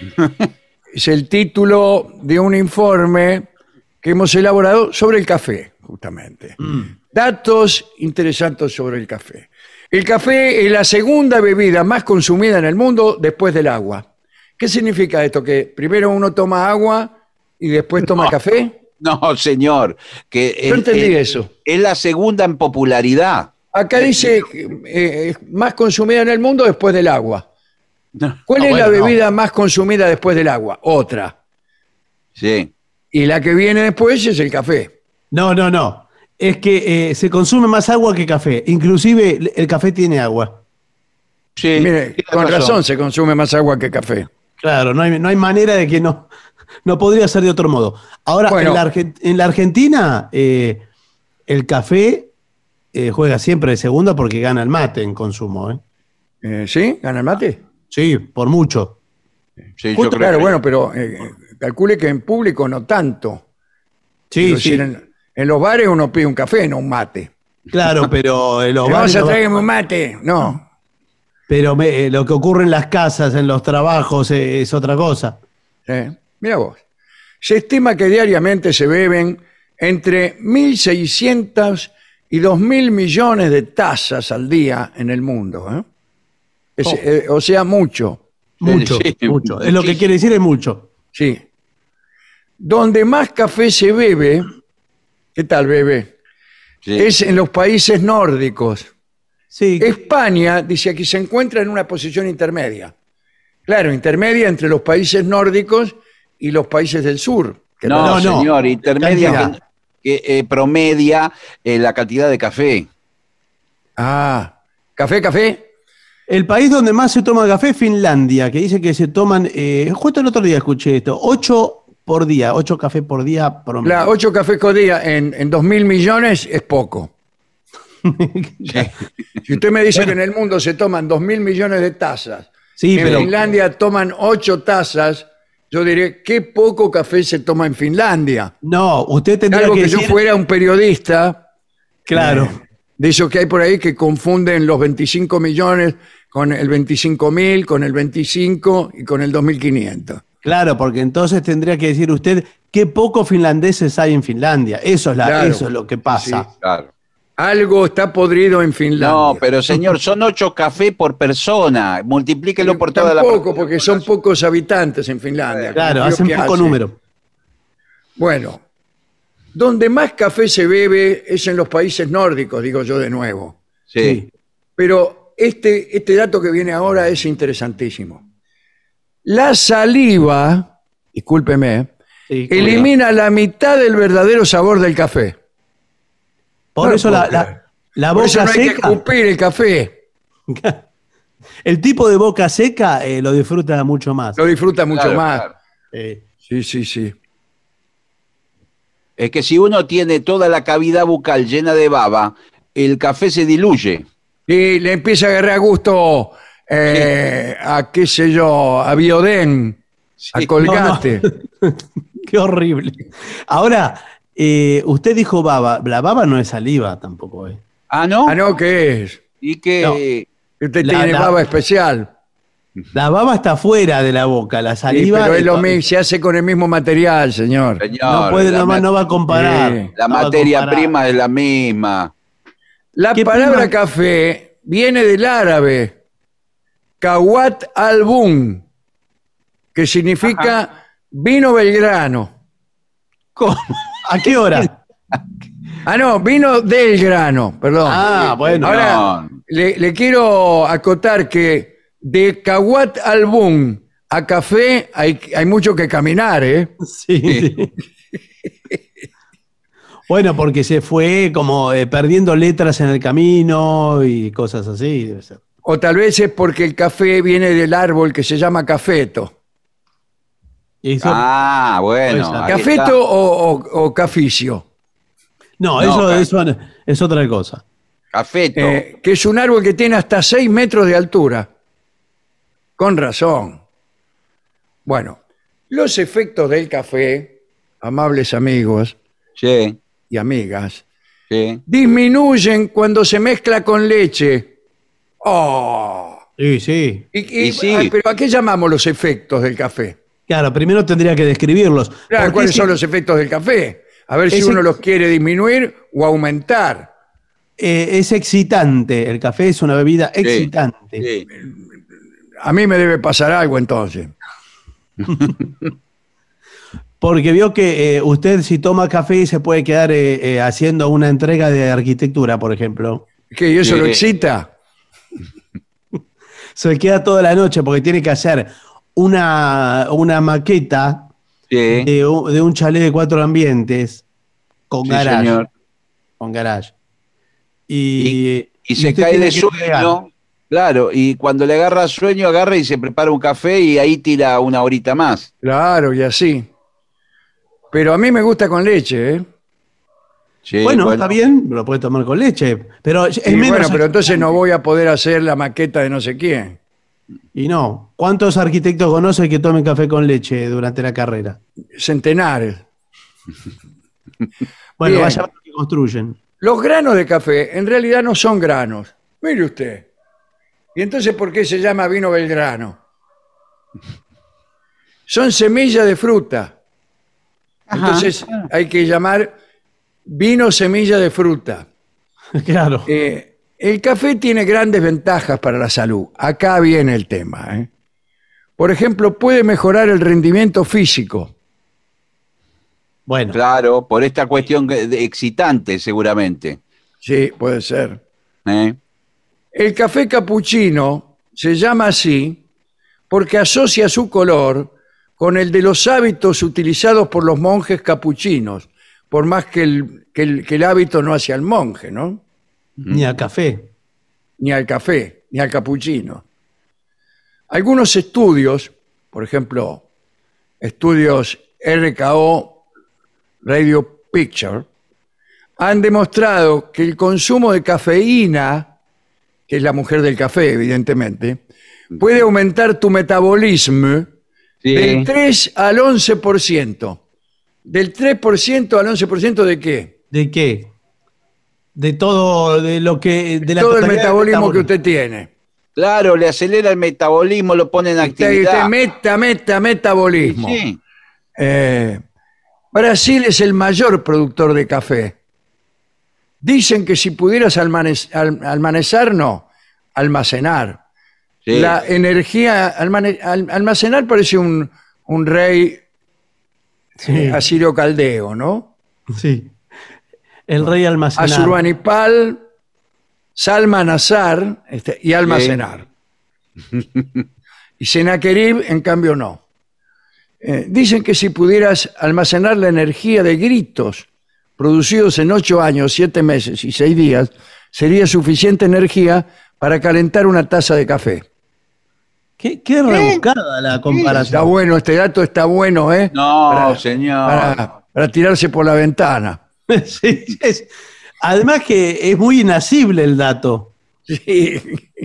Es el título de un informe que hemos elaborado sobre el café, justamente. Mm. Datos interesantes sobre el café. El café es la segunda bebida más consumida en el mundo después del agua. ¿Qué significa esto? ¿Que primero uno toma agua y después toma no, café? No, señor. Que Yo es, entendí es, eso. Es la segunda en popularidad. Acá dice eh, más consumida en el mundo después del agua. No, ¿Cuál no, es bueno, la bebida no. más consumida después del agua? Otra. Sí. Y la que viene después es el café. No, no, no. Es que eh, se consume más agua que café. Inclusive el café tiene agua. Sí. Mire, con razón. razón se consume más agua que café. Claro, no hay, no hay manera de que no... No podría ser de otro modo. Ahora, bueno, en, la en la Argentina, eh, el café eh, juega siempre de segunda porque gana el mate en consumo. ¿eh? Eh, ¿Sí? ¿Gana el mate? Sí, por mucho. Sí, Justo, yo creo claro, que... bueno, pero eh, calcule que en público no tanto. Sí, Quiero sí. decir, en, en los bares uno pide un café, no un mate. Claro, pero en los ¿Le bares... ¿Vamos a no va- traerme un mate? No. Pero me- eh, lo que ocurre en las casas, en los trabajos, eh, es otra cosa. ¿Sí? Mira vos. Se estima que diariamente se beben entre mil seiscientos y dos mil millones de tazas al día en el mundo. ¿eh? Es, Oh. eh, o sea, mucho. Mucho, Sí, mucho. Es muchísimo. lo que quiere decir es mucho. Sí. Donde más café se bebe, ¿qué tal, bebé? Sí. Es en los países nórdicos. Sí, España, dice aquí, se encuentra en una posición intermedia. Claro, intermedia entre los países nórdicos y los países del sur. que No, No, no. señor, intermedia Cantidad. que, que, eh, promedia eh, la cantidad de café. Ah, café, café. el país donde más se toma café es Finlandia, que dice que se toman, eh, justo el otro día escuché esto, ocho por día, ocho cafés por día promedio. La ocho cafés por día en, en dos mil millones es poco. Si usted me dice que en el mundo se toman dos mil millones de tazas, Sí, en pero Finlandia toman ocho tazas, yo diré, qué poco café se toma en Finlandia. no, usted tendría Algo que que yo decir, fuera un periodista, claro. eh, de esos que hay por ahí que confunden los veinticinco millones con el veinticinco mil, con el veinticinco y con el dos mil quinientos. Claro, porque entonces tendría que decir usted qué pocos finlandeses hay en Finlandia. Eso es, la, Claro. eso es lo que pasa. Sí. Claro. Algo está podrido en Finlandia. No, pero señor, son ocho cafés por persona. Multiplíquelo por toda la Tampoco, porque son pocos habitantes en Finlandia. Claro, Creo hacen que poco hace. número. Bueno, donde más café se bebe es en los países nórdicos, digo yo de nuevo. Sí. Pero este, este dato que viene ahora es interesantísimo. La saliva, discúlpeme, Sí, elimina la mitad del verdadero sabor del café. Por No eso lo la, puedo la, creer. la Por eso boca no hay que seca, escupir el café. el tipo de boca seca eh, lo disfruta mucho más. Lo disfruta mucho Claro, más. claro. Eh, Sí, sí, sí. Es que si uno tiene toda la cavidad bucal llena de baba, el café se diluye. Y le empieza a agarrar gusto eh, a, qué sé yo, a Biodén, a Sí. Colgate. Qué horrible. Ahora, Eh, usted dijo baba. La baba no es saliva tampoco, ¿eh? Ah, ¿no? Ah, no, ¿qué es? Y que... Usted La- tiene la- baba especial. La baba está fuera de la boca, la Sí, saliva. pero es lo eh, mismo, se hace con el mismo material, señor. Señor, No puede, la, no, va- no va a comparar. Sí. la No va a materia comparar. prima es la misma. La ¿Qué palabra prima? café viene del árabe Kawat al-Bun, que significa vino Belgrano. ¿Cómo? ¿A qué hora? Ah, no, vino del grano, perdón. Ah, bueno. Ahora, No. le, le quiero acotar que de Kawat al-Bun a café hay, hay mucho que caminar, ¿eh? Sí, sí. Bueno, porque se fue como eh, perdiendo letras en el camino y cosas así, debe ser. O tal vez es porque el café viene del árbol que se llama cafeto. Y eso- Ah, bueno. Puede ser. ahí ¿Cafeto está. o, o- o caficio? no, no, eso, ca- eso es otra cosa. Cafeto. Eh, que es un árbol que tiene hasta seis metros de altura. Con razón. Bueno, los efectos del café, amables amigos Sí, y amigas, sí. disminuyen cuando se mezcla con leche. ¡Oh! Sí, sí. Y- y- Y sí. ah, pero ¿a qué llamamos los efectos del café? Claro, primero tendría que describirlos. Claro, Porque ¿cuáles ese- son los efectos del café? A ver si ese- uno los quiere disminuir o aumentar. eh, es excitante. El café es una bebida excitante. Sí. A mí me debe pasar algo entonces. Porque vio que eh, usted si toma café se puede quedar eh, eh, haciendo una entrega de arquitectura, por ejemplo. ¿Qué? ¿Y eso Sí. lo excita? Se queda toda la noche porque tiene que hacer una, una maqueta Sí. de, un- de un chalet de cuatro ambientes con Sí, garage. señor. Con garage. Y, Y se usted cae tiene de que entregar. sueño. Claro, y cuando le agarra sueño, agarra y se prepara un café y ahí tira una horita más. Claro, y así. Pero a mí me gusta con leche, ¿eh? Sí, Bueno, está bien, lo puede tomar con leche, pero es Y menos bueno, pero entonces excitante. no voy a poder hacer la maqueta de no sé quién. Y no. ¿Cuántos arquitectos conoce que tomen café con leche durante la carrera? Centenares. Bueno, Bien. vaya a ver lo que construyen. Los granos de café en realidad no son granos. Mire usted. ¿Y entonces por qué se llama vino Belgrano? Son semillas de fruta. Entonces hay que llamar vino semilla de fruta. Claro. Eh, el café tiene grandes ventajas para la salud. Acá viene el tema, ¿eh? Por ejemplo, puede mejorar el rendimiento físico. Bueno, Claro, por esta cuestión que- de- excitante, seguramente. Sí, puede ser. ¿Eh? El café capuchino se llama así porque asocia su color con el de los hábitos utilizados por los monjes capuchinos, por más que el, que el, que el hábito no hacia el monje, ¿no? ni a café. Ni al café, ni al capuchino. Algunos estudios, por ejemplo, estudios R K O Radio Picture, han demostrado que el consumo de cafeína, que es la mujer del café, evidentemente, puede aumentar tu metabolismo Sí. del tres al once por ciento. ¿Del tres por ciento al once por ciento de qué? ¿De qué? De todo, de lo que... De la Todo el totalidad del metabolismo que metabolismo. usted tiene. Claro, le acelera el metabolismo, lo pone en Usted, actividad. usted meta, meta, metabolismo. Sí. Eh, Brasil es el mayor productor de café. Dicen que si pudieras almane- al- almacenar, no, almacenar. Sí. La energía, almane- al- almacenar parece un, un rey Sí, eh, asirio caldeo, ¿no? sí. El rey almacenar. Asurbanipal, Salmanasar este, y almacenar. Y Sennacherib, en cambio, no. Eh, dicen que si pudieras almacenar la energía de gritos producidos en ocho años, siete meses y seis días, sería suficiente energía para calentar una taza de café. Qué, qué rebuscada la Está comparación. bueno, este dato está bueno, ¿eh? No, Para- señor. Para, para tirarse por la ventana. Sí, es- además que es muy inasible el dato. Sí.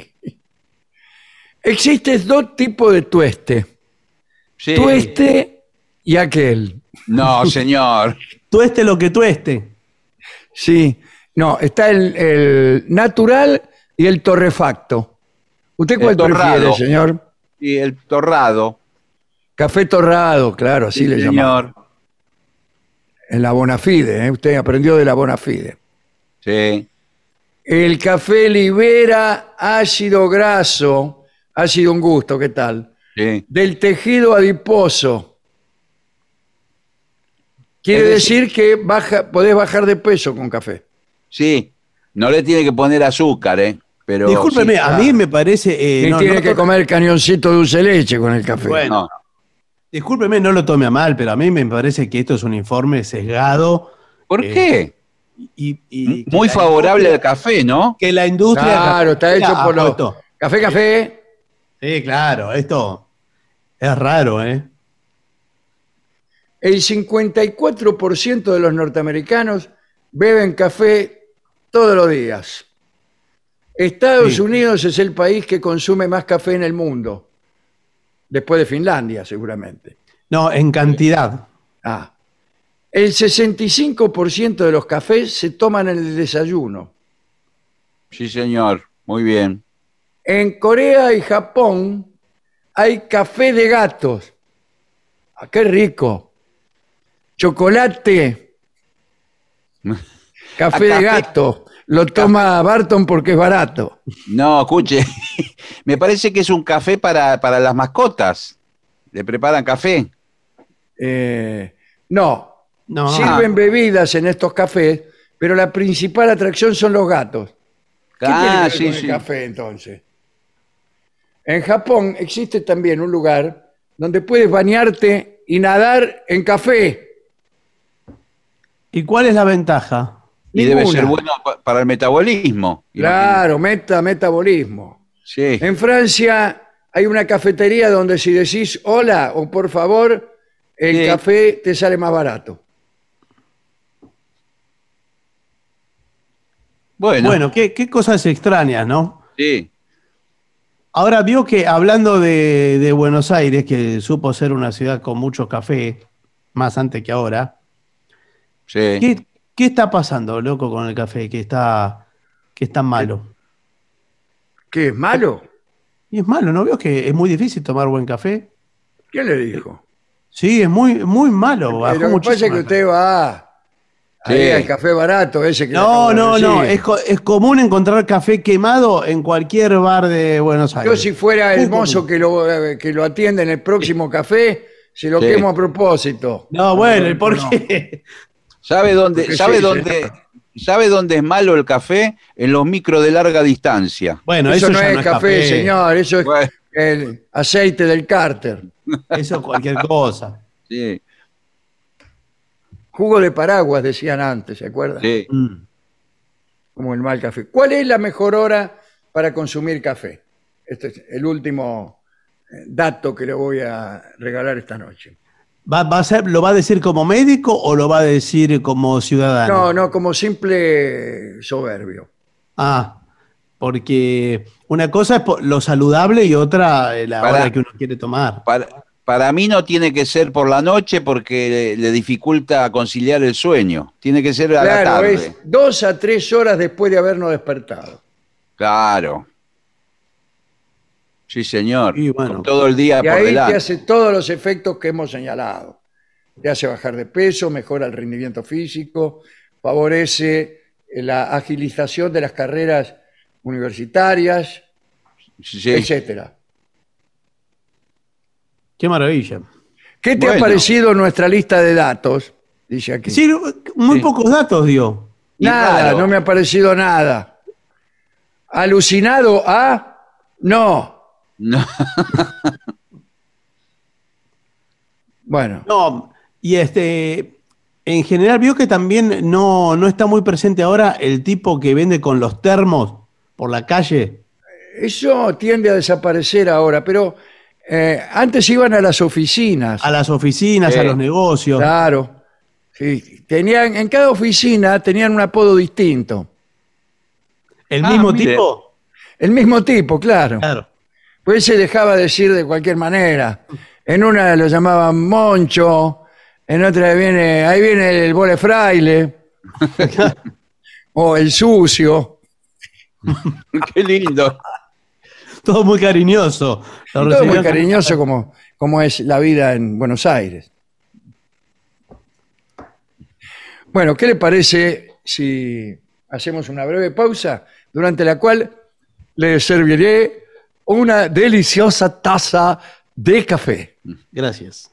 Existen dos tipos de tueste. Sí. Tueste y aquel. No, señor. tueste lo que tueste. Sí, no, está el, el natural y el torrefacto. ¿Usted cuál El torrado. prefiere, señor? Y el torrado. Café torrado, claro, así Sí, le llamamos. señor. En la Bonafide, ¿eh? Usted aprendió de la Bonafide. Sí. El café libera ácido graso, ácido un gusto, ¿qué tal? Sí. Del tejido adiposo. Quiere Es decir, decir- que baja, podés bajar de peso con café. Sí. No le tiene que poner azúcar, ¿eh? Pero Discúlpeme, sí, a mí me parece... eh, y no, tiene no que to- comer cañoncito de dulce de leche con el café. Bueno. no. Discúlpeme, no lo tome a mal, pero a mí me parece que esto es un informe sesgado. ¿Por eh, qué? Y, y que Muy la favorable industria- al café, ¿no? Que la industria... Claro, está cafetera hecho ha por los... puesto- Café, café. Sí, claro, esto es raro, ¿eh? El cincuenta y cuatro por ciento de los norteamericanos beben café todos los días. Estados Sí. Unidos es el país que consume más café en el mundo. Después de Finlandia, seguramente. No, en cantidad. Ah. El sesenta y cinco por ciento de los cafés se toman en el desayuno. Sí, señor. Muy bien. En Corea y Japón hay café de gatos. Ah, qué rico. Chocolate. Café Ah, de café. gato. Lo toma Barton porque es barato. No, escuche. Me parece que es un café para, para las mascotas. ¿Le preparan café? Eh, no, No. sirven bebidas en estos cafés, pero la principal atracción son los gatos. ¿Qué Ah, tiene que ver sí, con sí. el café entonces? En Japón existe también un lugar donde puedes bañarte y nadar en café. ¿Y cuál es la ventaja? Y debe Ninguna. ser bueno pa- para el metabolismo. Claro, meta, metabolismo. Sí. En Francia hay una cafetería donde si decís hola o por favor, el Sí. café te sale más barato. Bueno, Bueno, qué, qué cosas extrañas, ¿no? sí. Ahora vio que hablando de, de Buenos Aires, que supo ser una ciudad con mucho café, más antes que ahora, Sí. ¿qué, qué está pasando, loco, con el café? Que está, que es tan malo. ¿Qué es malo? Y es malo, ¿no veo que es muy difícil tomar buen café? ¿Quién le dijo? Sí, es muy, muy malo. Bajó Lo que pasa es muchísimo que el usted va ahí Sí. al café barato ese que le No, acabo de no, no. decir. Es, co- es común encontrar café quemado en cualquier bar de Buenos Aires. Yo si fuera el Muy mozo común. que lo, eh, que lo atiende en el próximo café, se lo Sí. quemo a propósito. No, bueno, ¿y por No. qué? ¿Sabe dónde, Porque sabe sí, dónde, sabe dónde es malo el café? En los micros de larga distancia. Bueno, Eso, eso, no ya es café, señor, eso es Bueno. el aceite del cárter. Eso es cualquier cosa. Sí, Jugo de paraguas, decían antes, ¿se acuerdan? sí. Mm. Como el mal café. ¿Cuál es la mejor hora para consumir café? Este es el último eh, dato que le voy a regalar esta noche. ¿Va, va a ser, ¿Lo va a decir como médico o lo va a decir como ciudadano? No, no, como simple soberbio. Ah, porque una cosa es po- lo saludable y otra eh, la Para- hora que uno quiere tomar. Para, para mí no tiene que ser por la noche porque le, le dificulta conciliar el sueño. Tiene que ser a la Claro, tarde. es dos a tres horas después de habernos despertado. Claro. Sí, señor. Y bueno. Con todo el día Y por ahí te delante. hace todos los efectos que hemos señalado. Te hace bajar de peso, mejora el rendimiento físico, favorece la agilización de las carreras universitarias, Sí. etcétera. Qué maravilla. ¿Qué te Bueno. ha parecido nuestra lista de datos? Dice aquí. Sí, muy Sí. pocos datos dio. Y Nada, raro. no me ha parecido nada. ¿Alucinado a? No. No. Bueno, No, y este, en general vio que también no, no está muy presente ahora el tipo que vende con los termos por la calle. eso tiende a desaparecer ahora, pero eh, antes iban a las oficinas. A las oficinas, Sí. a los negocios. Claro. Sí, tenían, en cada oficina tenían un apodo distinto. ¿El Ah, mismo mire. tipo? El mismo tipo, claro. Claro. Pues se dejaba decir de cualquier manera. En una lo llamaban Moncho, En otra viene, ahí viene el vole fraile. O el sucio. Qué lindo. Todo muy cariñoso. Lo Todo recibió muy con- cariñoso como, como es la vida en Buenos Aires. Bueno, ¿qué le parece si hacemos una breve pausa durante la cual le serviré una deliciosa taza de café? Gracias.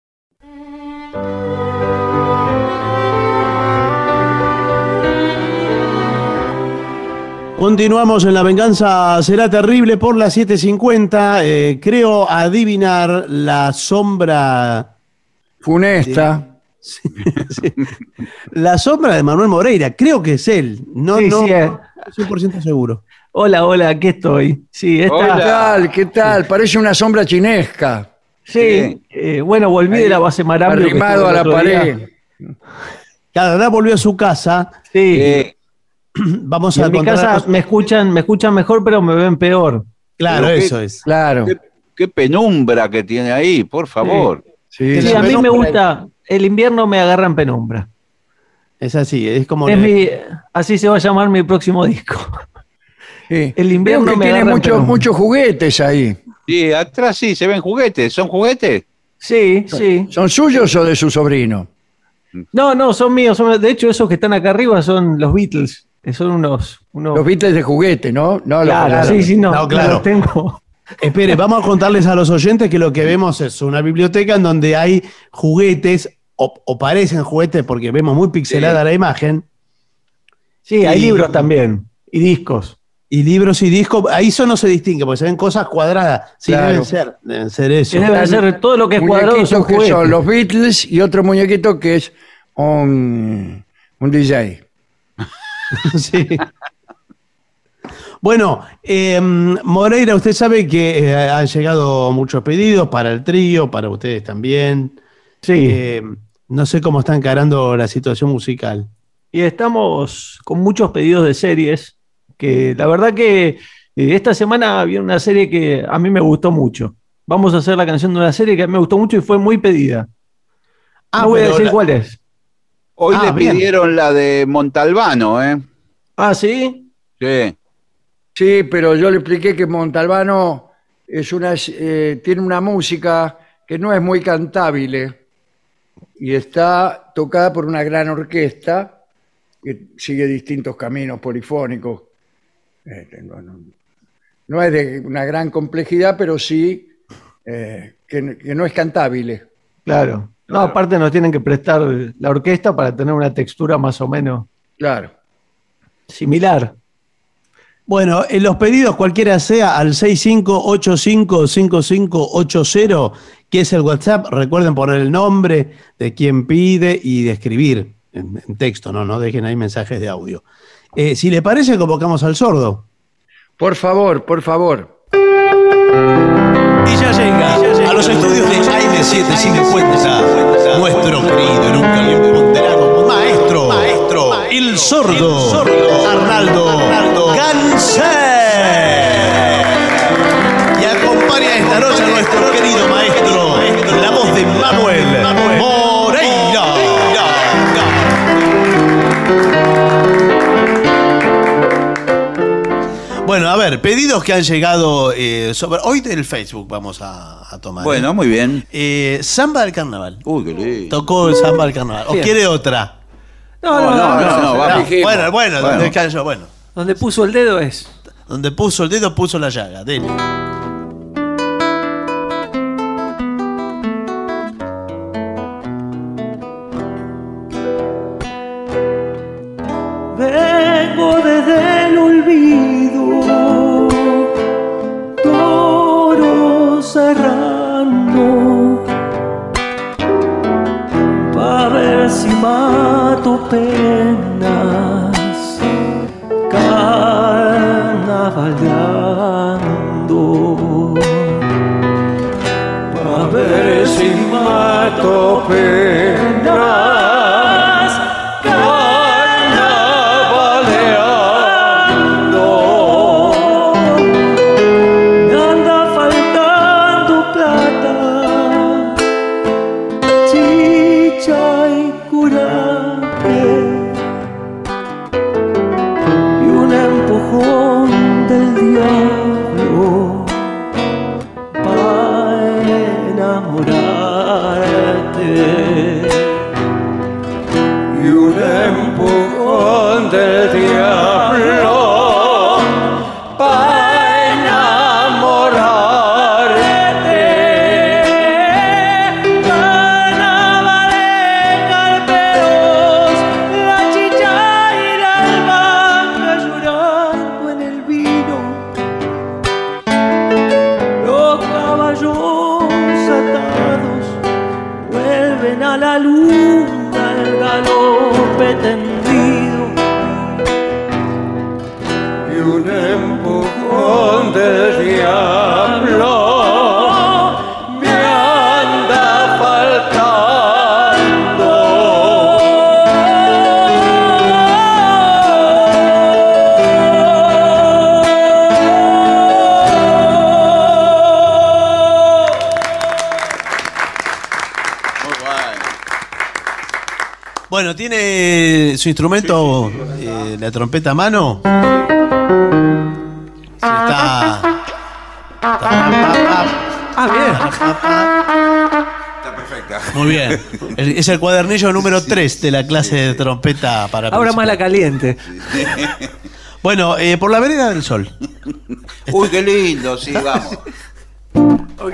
Continuamos en La Venganza Será Terrible por las siete cincuenta. Eh, creo adivinar la sombra. Funesta. Sí, sí. La sombra de Manuel Moreira. Creo que es él. No, Sí, no, sí, eh. cien por ciento seguro. Hola, hola, aquí estoy. Sí, esta, ¿Qué tal? ¿Qué tal? Parece una sombra chinesca. sí, eh, bueno, volví Ahí, de la base Marambio. que Arrimado estuve a el la otro pared. día. Claro, ahora volvió a su casa. Sí, Eh, Vamos y a en mi contar la casa cosa. me escuchan, me escuchan mejor, pero me ven peor. Claro, Pero qué- eso es. Claro. qué, qué penumbra que tiene ahí, por favor. Sí. Sí, la a mí me penumbra- gusta, el invierno me agarra en penumbra. Es así, es como. Es mi, así se va a llamar mi próximo disco. Sí. El invierno Veo que me tiene agarra en muchos penumbra. muchos juguetes ahí. Sí, atrás sí, se ven juguetes. ¿Son juguetes? Sí, sí. ¿Son suyos o de su sobrino? No, no, son míos. Son, de hecho, esos que están acá arriba son los Beatles. que Son unos. unos Los Beatles de juguete, ¿no? No, los- claro, sí, sí, no. No, claro. los tengo. Espere, vamos a contarles a los oyentes que lo que vemos es una biblioteca en donde hay juguetes, o, o parecen juguetes porque vemos muy pixelada Sí. la imagen, Sí, hay Y- libros también. Y discos. y libros y discos. Ahí eso no se distingue porque se ven cosas cuadradas. Sí, Claro. deben ser, deben ser eso. Que deben ser todo lo que es cuadrado Muñequitos son que juguetes. son los Beatles y otro muñequito que es un, un D J. Sí. Bueno, eh, Moreira, usted sabe que eh, han llegado muchos pedidos para el trío, para ustedes también. Sí. Eh, no sé cómo está encarando la situación musical. Y estamos con muchos pedidos de series. Que la verdad que eh, esta semana había una serie que a mí me gustó mucho. Vamos a hacer la canción de una serie que a mí me gustó mucho y fue muy pedida. Ah, no voy a pero decir la- cuál es. Hoy Ah, le bien. pidieron la de Montalbano, ¿eh? Ah, ¿sí? Sí. Sí, pero yo le expliqué que Montalbano es una, eh, tiene una música que no es muy cantable y está tocada por una gran orquesta que sigue distintos caminos polifónicos. Eh, no, no- no es de una gran complejidad, pero sí eh, que, que no es cantable. Claro. No, aparte nos tienen que prestar la orquesta para tener una textura más o menos Claro. similar. Bueno, en los pedidos cualquiera sea al seis cinco ocho cinco cinco cinco ocho cero, que es el WhatsApp. Recuerden poner el nombre de quien pide y de escribir en, en texto, no, no dejen ahí mensajes de audio. Eh, si le parece, convocamos al sordo. Por favor, por favor. Y ya llega a los estudios de A M setecientos cincuenta nuestro querido y nunca bien ponderado maestro, maestro, el sordo, Arnaldo Ganser. Y acompaña esta noche a nuestro querido maestro, la voz de Manuel Moreira. Bueno, a ver, pedidos que han llegado eh, sobre. Hoy del Facebook vamos a, a tomar. Bueno, ¿eh? muy bien. Eh, Samba del Carnaval. Uy, qué lindo. Tocó el Samba del Carnaval. ¿O Bien. quiere otra? No, no, no. no, no, va, No, dijimos. bueno, bueno, Bueno. donde cayó, bueno. Donde puso el dedo es. Donde puso el dedo, puso la llaga. Dele. Vengo desde el olvido, toro cerrando, pa' ver si mato penas, carnavaleando, pa' ver si mato penas. Me anda faltando plata, chicha salvaje y un empujón del diablo para enamorarte. Carnavales, carperos, la chicha y la albahaca llorando en el vino. Los caballos atados vuelven a la luna al galope tendido y un empujón del diablo me anda faltando. Bueno, ¿tiene su instrumento, eh, la trompeta a mano? Sí, está... Ah, bien. Está perfecta. Muy bien. El- es el cuadernillo número tres de la clase de trompeta para Ahora más la caliente. Bueno, eh, por la vereda del sol. Uy, qué lindo, sí, vamos. Ok.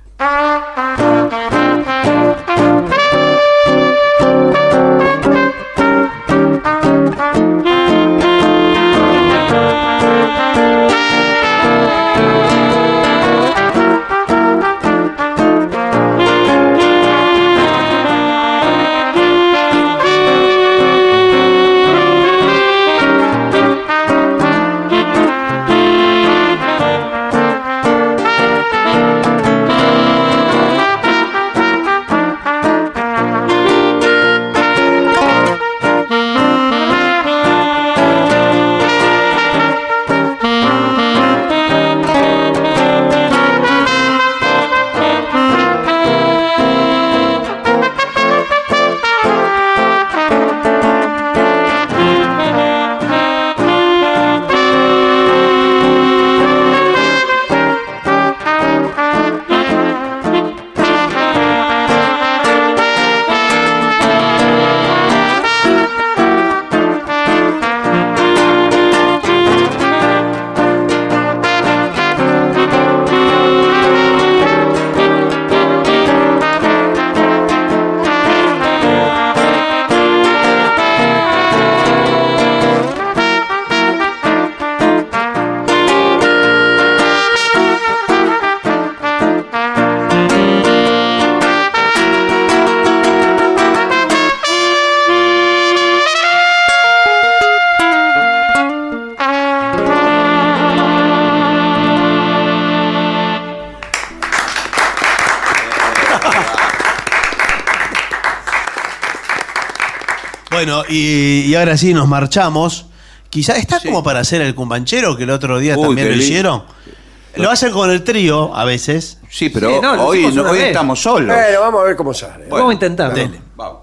Bueno, y, y ahora sí nos marchamos. Quizá está como para hacer el cumbanchero, que el otro día Uy, también qué lo lindo. hicieron. Lo hacen con el trío a veces. Sí, pero Sí, no, lo hoy- hicimos una hoy vez. estamos solos. Bueno, vamos a ver cómo sale. Vamos a intentarlo. Dele. Vamos.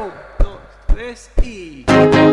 Tres y...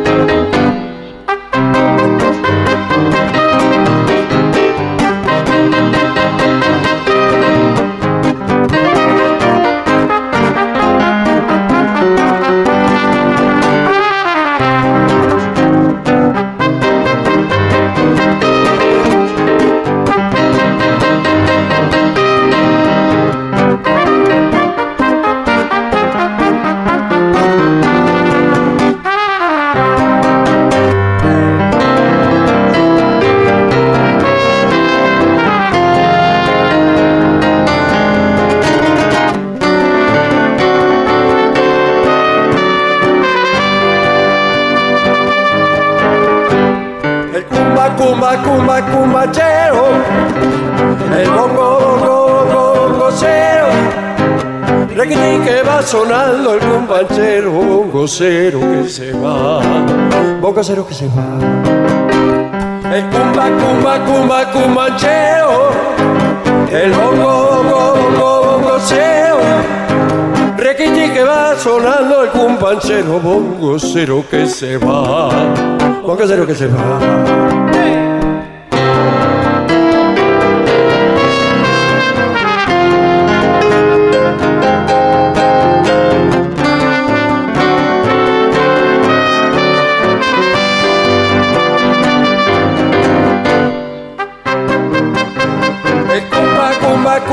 Cumba, cumba, cumbachero, el bongo, bongo, bongo, bongocero, requitín que va sonando el cumbanchero, bongocero que se va, bongocero que se va. El cumba, cumba, cumba, cumbanchero, el bongo, bongo, bongo, bongocero, requitín que va sonando el cumbanchero, bongocero que se va, bongocero que se va.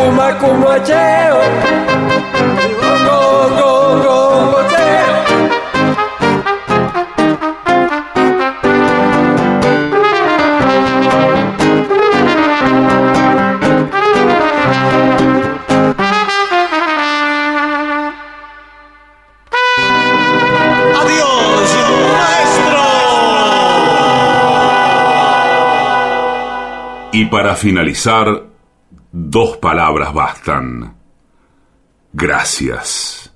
cumacumacheo, el bongo, bongo, bongoteo. Adiós, maestro. Y para finalizar, dos palabras bastan. Gracias.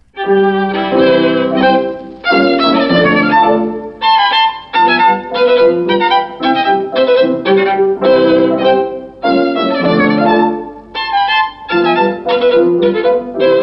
Thank you.